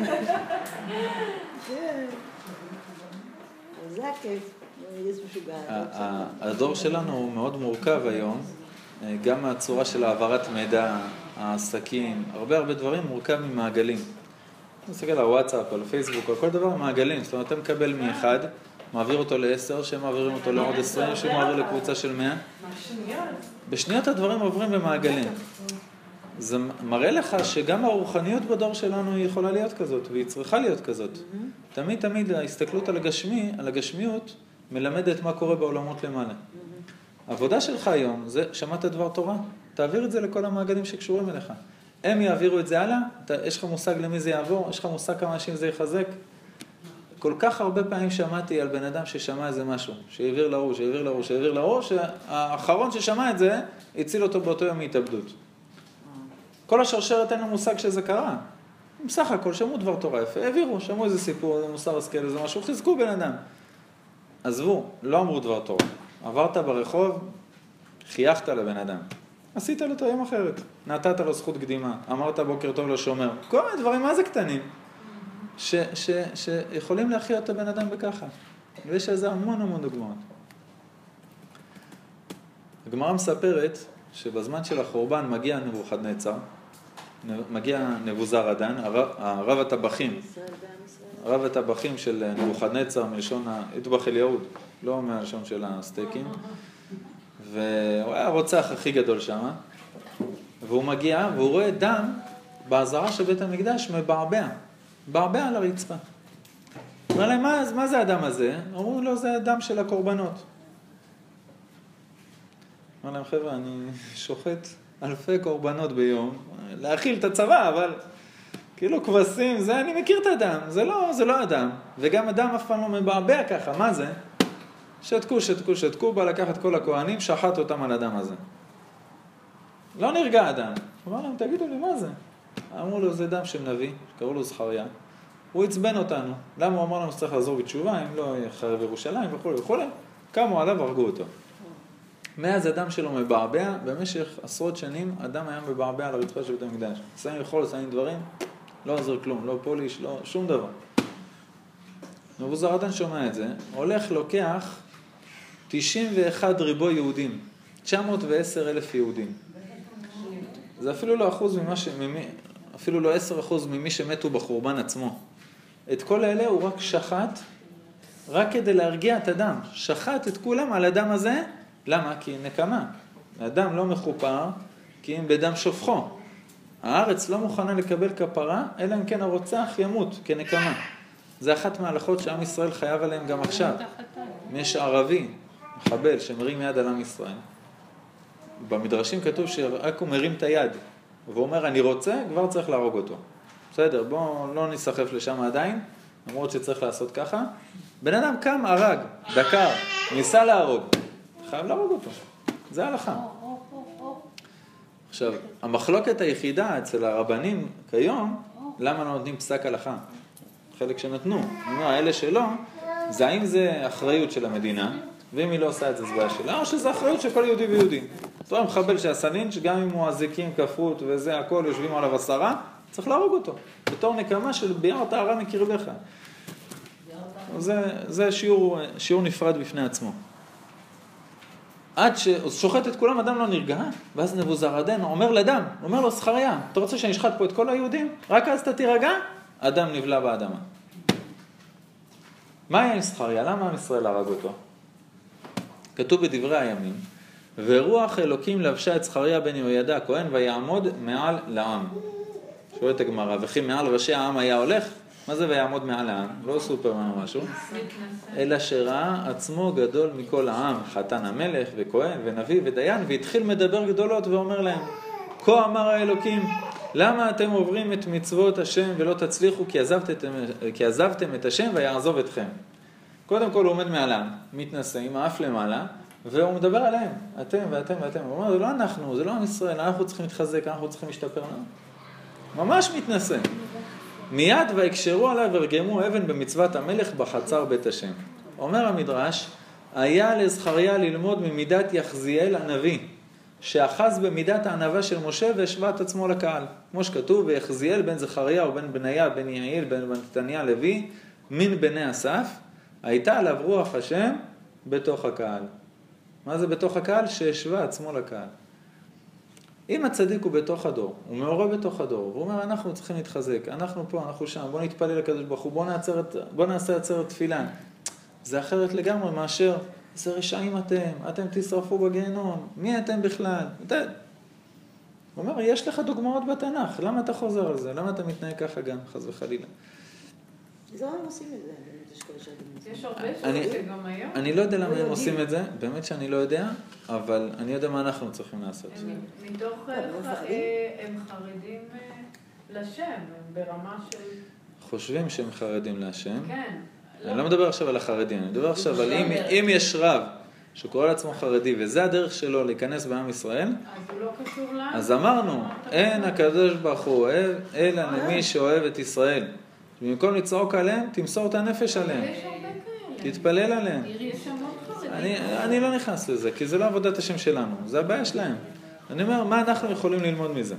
כן. אז זה הכיף. יש משוגע. הדור שלנו הוא מאוד מורכב היום, גם מהצורה של העברת מידע, העסקים, הרבה הרבה דברים מורכב ממעגלים. אני מסתכל על הוואטסאפ, על פייסבוק, על כל דבר מעגלים. זאת אומרת, אתה מקבל מאחד, מעביר אותו לעשר, שמעבירים אותו לעוד עשרים, שמעביר לקבוצה של מאה. בשניות הדברים עוברים במעגלים. זה מראה לך שגם הרוחניות בדור שלנו היא יכולה להיות כזאת, והיא צריכה להיות כזאת. תמיד תמיד ההסתכלות על הגשמי, על הגשמיות, מלמדת מה קורה בעולמות למעלה. העבודה שלך היום, זה שמעת דבר תורה, תעביר את זה לכל המעגלים שקשורים אליך. הם יעבירו את זה הלאה, אתה, יש לך מושג למי זה יעבור, יש לך מושג כמה אנשים זה יחזק. כל כך הרבה פעמים שמעתי על בן אדם ששמע איזה משהו, שהעביר להוא, שהעביר להוא, שהעביר להוא, שהאחרון ששמע את זה, הציל אותו באותו יום מהתאבדות. כל השרשרת אין לו מושג שזה קרה. בסך הכל שמעו דבר תורה יפה, העבירו, שמעו איזה סיפור, איזה מוסר השכל, איזה משהו, חיזקו בן אדם. עזבו, לא אמרו דבר תורה. עברת ברחוב, חייכת לבן אדם. עשית לו את היום אחרת. נתת לו זכות קדימה, אמרת בוקר טוב לשומר. כל מיני דברים, מה זה קטנים? ש, ש, שיכולים להחיות את הבן אדם בככה. ויש איזה המון המון דוגמאות. הגמרא מספרת שבזמן של החורבן מגיע נבוכדנצר, מגיע נבוזראדן, הרב, הרב הטבחים, הרב הטבחים של נבוכדנצר מלשון הטבח אל יהוד, לא מהלשון של הסטייקים, והוא היה הרוצח הכי גדול שם, והוא מגיע והוא רואה דם בעזרה של בית המקדש מבעבע. בעבע על הרצפה. אמר להם, מה, מה זה הדם הזה? אמרו לו, זה הדם של הקורבנות. אמר להם, חבר'ה, אני שוחט אלפי קורבנות ביום, להאכיל את הצבא, אבל כאילו כבשים, זה, אני מכיר את הדם, זה לא, זה לא הדם. וגם הדם אף פעם לא מבעבע ככה, מה זה? שתקו, שתקו, שתקו, בא לקחת כל הכהנים, שחט אותם על הדם הזה. לא נרגע הדם. אמר להם, תגידו לי, מה זה? אמרו לו, זה דם של נביא, שקראו לו זכריה. הוא הצבן אותנו. למה הוא אמר לנו שצריך לעזור בתשובה, אם לא יחרב ירושלים וכו' וכו'. קמו עליו והרגו אותו. מאז הדם שלו מבעבע, במשך עשרות שנים, הדם היה מבעבע על הרצפה של בית המקדש. שמים חול, שמים דברים, לא עזר כלום, לא פוליש, לא, שום דבר. נבוזראדן שומע את זה, הולך לוקח תשעים ואחד ריבו יהודים, תשע מאות ועשר אלף יהודים. זה אפילו לא אחוז ממה ש... ממי... אפילו לא עשר אחוז ממי שמתו בחורבן עצמו. את כל אלה הוא רק שחט, רק כדי להרגיע את הדם. שחט את כולם על הדם הזה, למה? כי נקמה. האדם לא מחופר, כי אם בדם שופכו. הארץ לא מוכנה לקבל כפרה, אלא אם כן הרוצח ימות כנקמה. זה אחת מההלכות שעם ישראל חייב עליהם גם עכשיו. אם יש ערבי, מחבל, שמרים יד על עם ישראל, במדרשים כתוב שרק הוא מרים את היד, ואומר אני רוצה, כבר צריך להרוג אותו. בסדר, בואו לא נסחף לשם עדיין, למרות שצריך לעשות ככה. בן אדם קם, הרג, דקר, ניסה להרוג, חייב להרוג אותו. זה ההלכה. עכשיו, המחלוקת היחידה אצל הרבנים כיום, למה לא נותנים פסק הלכה? חלק שנתנו. אומר, האלה שלא, זה האם זה אחריות של המדינה, ואם היא לא עושה את זה, זה בעיה שלה, או שזה אחריות של כל יהודי ויהודי. אותו מחבל שעשה לינץ', גם אם הוא הזיקים, כפרות וזה הכל, יושבים עליו עשרה, צריך להרוג אותו. בתור נקמה של ביער טהרה מקרבך. זה, זה שיעור, שיעור נפרד בפני עצמו. עד ששוחט את כולם, אדם לא נרגע, ואז נבוזראדן אומר לדם, אומר לו, זכריה, אתה רוצה שאני אשחט פה את כל היהודים? רק אז אתה תירגע? אדם נבלע באדמה. מה היה עם זכריה? למה עם ישראל הרג אותו? כתוב בדברי הימים, ורוח אלוקים לבשה את זכריה בן יהוידע הכהן ויעמוד מעל לעם. שואלת הגמרא, וכי מעל ראשי העם היה הולך? מה זה ויעמוד מעל העם? לא סופרמן או משהו. אלא שראה עצמו גדול מכל העם, חתן המלך וכהן ונביא ודיין, והתחיל מדבר גדולות ואומר להם, כה אמר האלוקים, למה אתם עוברים את מצוות השם ולא תצליחו כי עזבתם, כי עזבתם את השם ויעזוב אתכם? קודם כל הוא עומד מעליהם, מתנשא עם האף למעלה, והוא מדבר עליהם, אתם ואתם ואתם. הוא אומר, זה לא אנחנו, זה לא עם ישראל, אנחנו צריכים להתחזק, אנחנו צריכים להשתפר. ממש מתנשא. מיד ויקשרו עליו ורגמו אבן במצוות המלך בחצר בית השם. אומר המדרש, היה לזכריה ללמוד ממידת יחזיאל הנביא, שאחז במידת הענווה של משה והשווה את עצמו לקהל. כמו שכתוב, ויחזיאל בן זכריה ובן בניה, בן יעיל, בן מתניה לוי, מן בני אסף, הייתה עליו רוח השם בתוך הקהל. מה זה בתוך הקהל? שהשווה עצמו לקהל. אם הצדיק הוא בתוך הדור, הוא מעורב בתוך הדור, והוא אומר, אנחנו צריכים להתחזק, אנחנו פה, אנחנו שם, בוא נתפלל לקדוש ברוך הוא, בוא נעצר, בוא נעשה עצרת תפילה. זה אחרת לגמרי מאשר, זה רשעים אתם, אתם תשרפו בגיהנום, מי אתם בכלל? אתה... הוא אומר, יש לך דוגמאות בתנ"ך, למה אתה חוזר על זה? למה אתה מתנהג ככה גם, חס וחלילה? זה לא הם עושים את זה. יש הרבה שגם היום. אני לא יודע למה הם עושים את זה, באמת שאני לא יודע, אבל אני יודע מה אנחנו צריכים לעשות. מתוך הם חרדים לשם, הם ברמה של... חושבים שהם חרדים להשם. כן. אני לא מדבר עכשיו על החרדים, אני מדבר עכשיו על אם יש רב שקורא לעצמו חרדי, וזה הדרך שלו להיכנס בעם ישראל, אז הוא לא קשור לנו. אז אמרנו, אין הקדוש ברוך הוא אוהב, אלא למי שאוהב את ישראל. במקום לצעוק עליהם, תמסור את הנפש עליהם. יש הרבה כאלה. תתפלל עליהם. יש המון חרדים. אני, אני לא נכנס לזה, כי זה לא עבודת השם שלנו, זה הבעיה שלהם. אני אומר, מה אנחנו יכולים ללמוד מזה?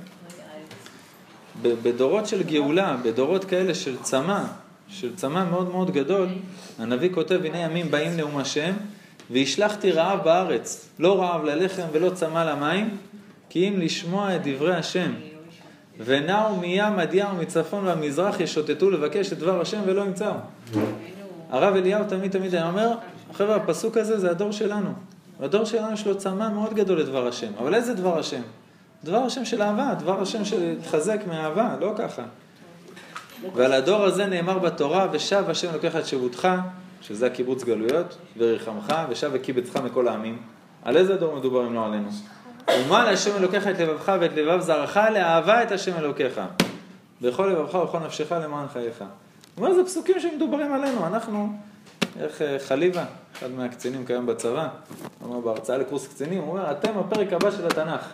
בדורות של גאולה, בדורות כאלה של צמא, של צמא מאוד מאוד גדול, הנביא כותב, הנה ימים באים נאום השם, והשלחתי רעב בארץ, לא רעב ללחם ולא צמא למים, כי אם לשמוע את דברי השם. ונעו מים עד ים מצפון והמזרח ישוטטו לבקש את דבר השם ולא ימצאו. הרב אליהו תמיד תמיד היה אומר, חבר'ה, הפסוק הזה זה הדור שלנו. הדור שלנו יש לו צמא מאוד גדול לדבר השם. אבל איזה דבר השם? דבר השם של אהבה, דבר השם של להתחזק מאהבה, לא ככה. ועל הדור הזה נאמר בתורה, ושב השם לוקח את שבותך, שזה הקיבוץ גלויות, וריחמך, ושב וקיבצך מכל העמים. על איזה דור מדובר אם לא עלינו? ומה להשם אלוקיך את לבבך ואת לבב זרעך, לאהבה את השם אלוקיך. בכל לבבך ובכל נפשך למען חייך. זאת אומרת, זה פסוקים שמדוברים עלינו. אנחנו, איך חליבה, אחד מהקצינים קיים בצבא, אומר בהרצאה לקורס קצינים, הוא אומר, אתם הפרק הבא של התנ"ך.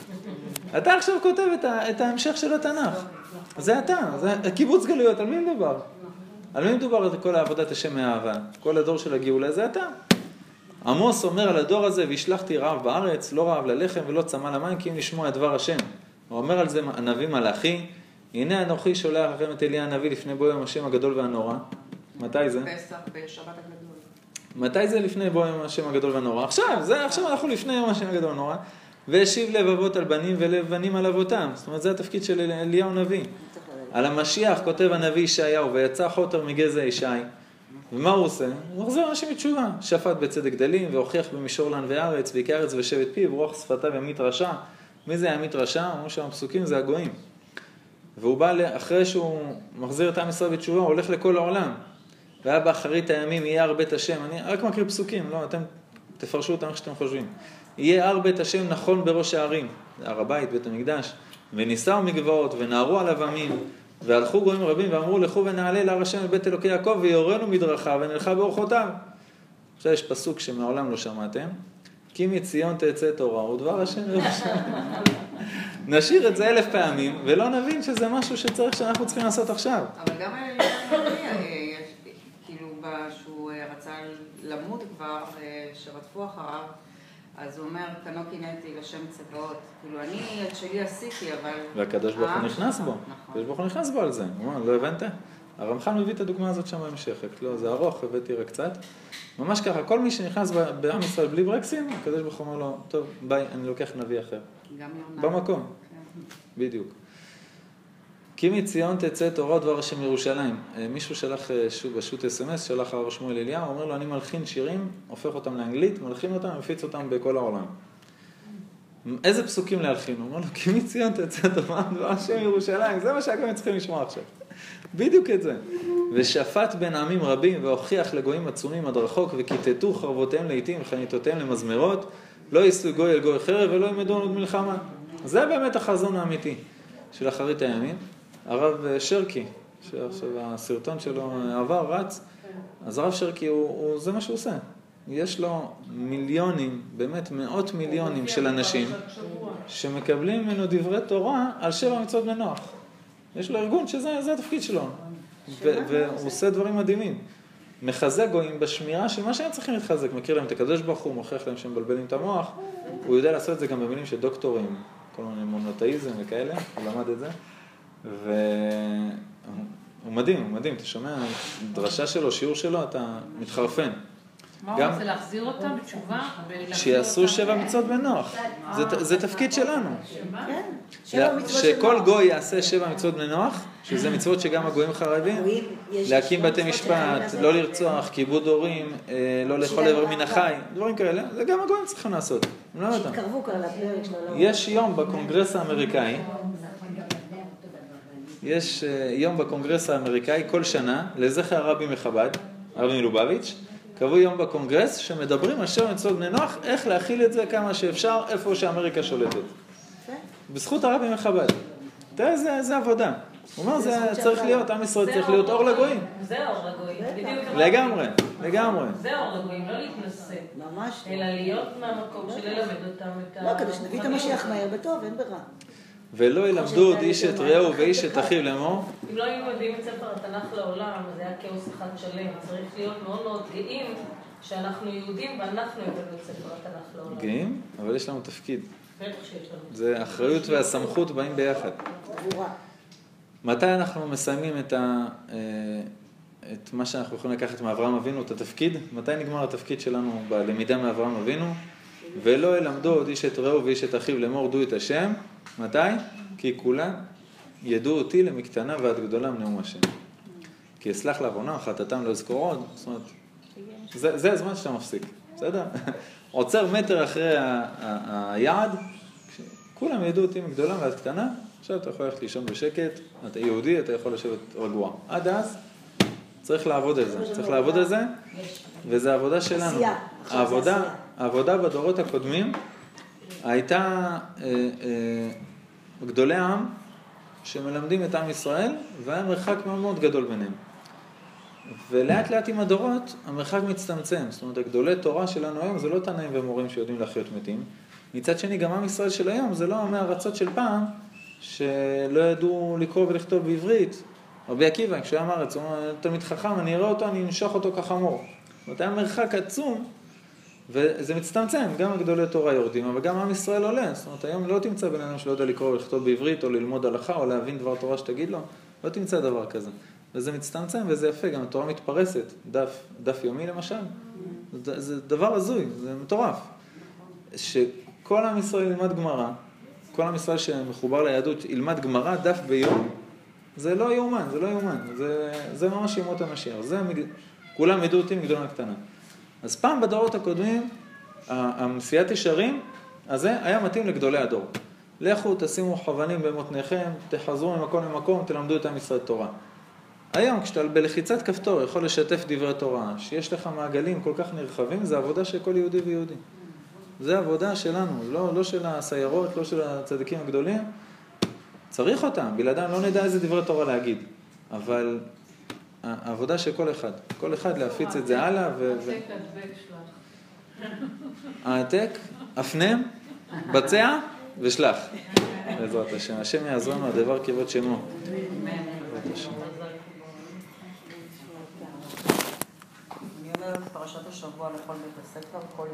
אתה עכשיו כותב את, ה, את ההמשך של התנ"ך. זה אתה, זה קיבוץ גלויות, על מי מדובר? על מי מדובר את כל העבודת השם מאהבה? כל הדור של הגאולה זה אתה. עמוס אומר על הדור הזה, והשלחתי רעב בארץ, לא רעב ללחם ולא צמא למים, כי אם לשמוע את דבר השם. הוא אומר על זה הנביא מלאכי, הנה אנוכי שולח לכם את אליה הנביא לפני בוא יום השם הגדול והנורא. מתי זה? פסח בשבת הגדול. מתי זה לפני בוא יום השם הגדול והנורא? עכשיו, זה עכשיו אנחנו לפני יום השם הגדול והנורא. והשיב לב אבות על בנים ולב בנים על אבותם. זאת אומרת, זה התפקיד של אליהו הנביא. על המשיח כותב הנביא ישעיהו, ויצא חוטר מגזע ישי. ומה הוא עושה? הוא מחזיר אנשים בתשובה. שפט בצדק גדלים, והוכיח במישור לן וארץ, ויקרא ארץ ושבט פיו, ורוח שפתיו ימית רשע. מי זה ימית רשע? אומרים שהפסוקים זה הגויים. והוא בא, אחרי שהוא מחזיר את עם ישראל בתשובה, הוא הולך לכל העולם. והיה באחרית הימים, יהיה הר בית השם. אני רק מקריא פסוקים, לא, אתם תפרשו אותם איך שאתם חושבים. יהיה הר בית השם נכון בראש הערים, הר הבית, בית המקדש, וניסעו מגבעות, ונערו על עמים, והלכו גויים רבים, ואמרו, לכו ונעלה להר השם לבית אלוקי יעקב, ויורנו מדרכה, ונלכה באורחותיו. עכשיו יש פסוק שמעולם לא שמעתם, כי מציון תצא תורה, ודבר השם ירושלים. נשאיר את זה אלף פעמים, ולא נבין שזה משהו שצריך, שאנחנו צריכים לעשות עכשיו. אבל גם אליהו, כאילו, שהוא רצה למות כבר, שרדפו אחריו, אז הוא אומר, כנו קינאתי לשם צבאות. כאילו, אני את שלי עשיתי, אבל... והקדוש ברוך הוא נכנס בו. הקדוש ברוך הוא נכנס בו על זה. הוא אומר, לא הבנת? הרמח"ל מביא את הדוגמה הזאת שם בהמשך. לא, זה ארוך, הבאתי רק קצת. ממש ככה, כל מי שנכנס בעם ישראל בלי ברקסים, הקדוש ברוך הוא אומר לו, טוב, ביי, אני לוקח נביא אחר. גם יונה. במקום. בדיוק. כי מציון תצא תורה דבר השם ירושלים. מישהו שלח בשו"ת אס אם אס, שלח הרב שמואל אליהו, אומר לו, אני מלחין שירים, הופך אותם לאנגלית, מלחין אותם, מפיץ אותם בכל העולם. איזה פסוקים להלחין? הוא אומר לו, כי מציון תצא תורה דבר השם ירושלים. זה מה שהגויים צריכים לשמוע עכשיו. בדיוק את זה. ושפט בין עמים רבים, והוכיח לגויים עצומים עד רחוק, וכיתתו חרבותיהם לעתים, וחניתותיהם למזמרות, לא יישאו גוי אל גוי חרב, ולא ילמדו עוד מלחמה. זה באמת החזון האמיתי של אחרית הימים. הרב שרקי, שעכשיו הסרטון שלו עבר, רץ, אז הרב שרקי, הוא, הוא, זה מה שהוא עושה. יש לו מיליונים, באמת מאות מיליונים של אנשים, שמקבלים ממנו דברי תורה על שבע מצוות בני נוח. יש לו ארגון שזה זה התפקיד שלו. והוא עושה דברים מדהימים. מחזק גויים בשמירה של מה שהם צריכים להתחזק. מכיר להם את הקדוש ברוך הוא, מוכיח להם שהם מבלבלים את המוח. הוא יודע לעשות את זה גם במילים של דוקטורים, כל מיני מונותאיזם וכאלה, הוא למד את זה. והוא מדהים, הוא מדהים. אתה שומע, דרשה שלו, שיעור שלו, אתה מתחרפן. מה הוא רוצה להחזיר אותם בתשובה? שיעשו שבע מצוות בני נוח. זה תפקיד שלנו. שכל גוי יעשה שבע מצוות בני נוח, שזה מצוות שגם הגויים חייבים, להקים בתי משפט, לא לרצוח, כיבוד הורים, לא לאכול איבר מן החי, דברים כאלה, זה גם הגויים צריכים לעשות. שהתקרבו כאן לפרק שלנו. יש יום בקונגרס האמריקאי, יש יום בקונגרס האמריקאי כל שנה, לזכר הרבי מחב"ד, הרבי מלובביץ', קבעו יום בקונגרס שמדברים על שבע מצוות בני נוח, איך להכיל את זה כמה שאפשר, איפה שאמריקה שולטת. בזכות הרבי מחב"ד. תראה, זה, זה עבודה. הוא אומר, זה צריך להיות, עם ישראל צריך להיות אור לגויים. זה אור לגויים. לגמרי, לגמרי. זה אור לגויים, לא להתנסה. ממש. אלא להיות מהמקום של ללמד אותם את ה... לא, כדי שנביא את המשיח מהר בטוב, אין ברירה. ולא ילמדו עוד איש את רעהו ואיש את אחיו לאמור. אם לא היינו מביאים את ספר התנ"ך לעולם, אז זה היה כאוס אחד שלם. צריך להיות מאוד מאוד גאים שאנחנו יהודים ואנחנו הבאנו את ספר התנ"ך לעולם. גאים, אבל יש לנו תפקיד. בטח שיש לנו. זה האחריות והסמכות באים ביחד. מתי אנחנו מסיימים את, ה, את מה שאנחנו יכולים לקחת מאברהם אבינו, את התפקיד? מתי נגמר התפקיד שלנו בלמידה מאברהם אבינו? ולא ילמדו עוד איש את רעהו ואיש את אחיו לאמור דעו את השם. מתי? כי כולם ידעו אותי למקטנה ועד גדולה מנאום השם. כי אסלח לעוונם, חטאתם לא יזכור עוד. זאת אומרת, זה, זה הזמן שאתה מפסיק. בסדר? עוצר מטר אחרי ה, ה, היעד, כולם ידעו אותי מגדולה ועד קטנה, עכשיו אתה יכול ללכת לישון בשקט, אתה יהודי, אתה יכול לשבת רגוע. עד אז צריך לעבוד על זה, צריך לעבוד על זה, וזה העבודה שלנו. העבודה, העבודה בדורות הקודמים הייתה אה, אה, גדולי העם שמלמדים את עם ישראל, והיה מרחק מאוד מאוד גדול ביניהם. ולאט לאט עם הדורות, המרחק מצטמצם. זאת אומרת, הגדולי תורה שלנו היום זה לא תנאים ומורים שיודעים להחיות מתים. מצד שני, גם עם ישראל של היום זה לא מהארצות של פעם, שלא ידעו לקרוא ולכתוב בעברית. רבי עקיבא, כשהיה מארץ, הוא אומר, תלמיד חכם, אני אראה אותו, אני אמשוך אותו כחמור. זאת אומרת, היה מרחק עצום, וזה מצטמצם, גם הגדולי תורה יורדים, אבל גם עם ישראל עולה. זאת אומרת, היום לא תמצא בינינו שלא יודע לקרוא ולכתוב בעברית, או ללמוד הלכה, או להבין דבר תורה שתגיד לו. לא תמצא דבר כזה. וזה מצטמצם, וזה יפה, גם התורה מתפרסת. דף, דף יומי למשל. זה, זה דבר הזוי, זה מטורף. שכל עם ישראל ילמד גמרא, כל עם ישראל שמחובר ליהדות ילמד גמרא, דף ביום, זה לא יאומן, זה לא יאומן. זה, זה ממש ימות המשיח. זה, כולם ידעו אותי מגדולה קטנה. אז פעם בדורות הקודמים, המסיעת ישרים, אז זה היה מתאים לגדולי הדור. לכו, תשימו חבנים במותניכם, תחזרו ממקום למקום, תלמדו את עם ישראל תורה. היום, כשאתה בלחיצת כפתור יכול לשתף דברי תורה, שיש לך מעגלים כל כך נרחבים, זה עבודה של כל יהודי ויהודי. זה עבודה שלנו, לא, לא של הסיירות, לא של הצדיקים הגדולים. צריך אותם, בלעדיהם לא נדע איזה דברי תורה להגיד. אבל העבודה של כל אחד, כל אחד להפיץ את זה הלאה. העתק, הדבק, שלח. העתק, הפנם, בצע ושלח. בעזרת השם, השם יעזרנו הדבר כבוד שמו. בעזרת השם. אני אומרת פרשת השבוע לכל בית הספר, כל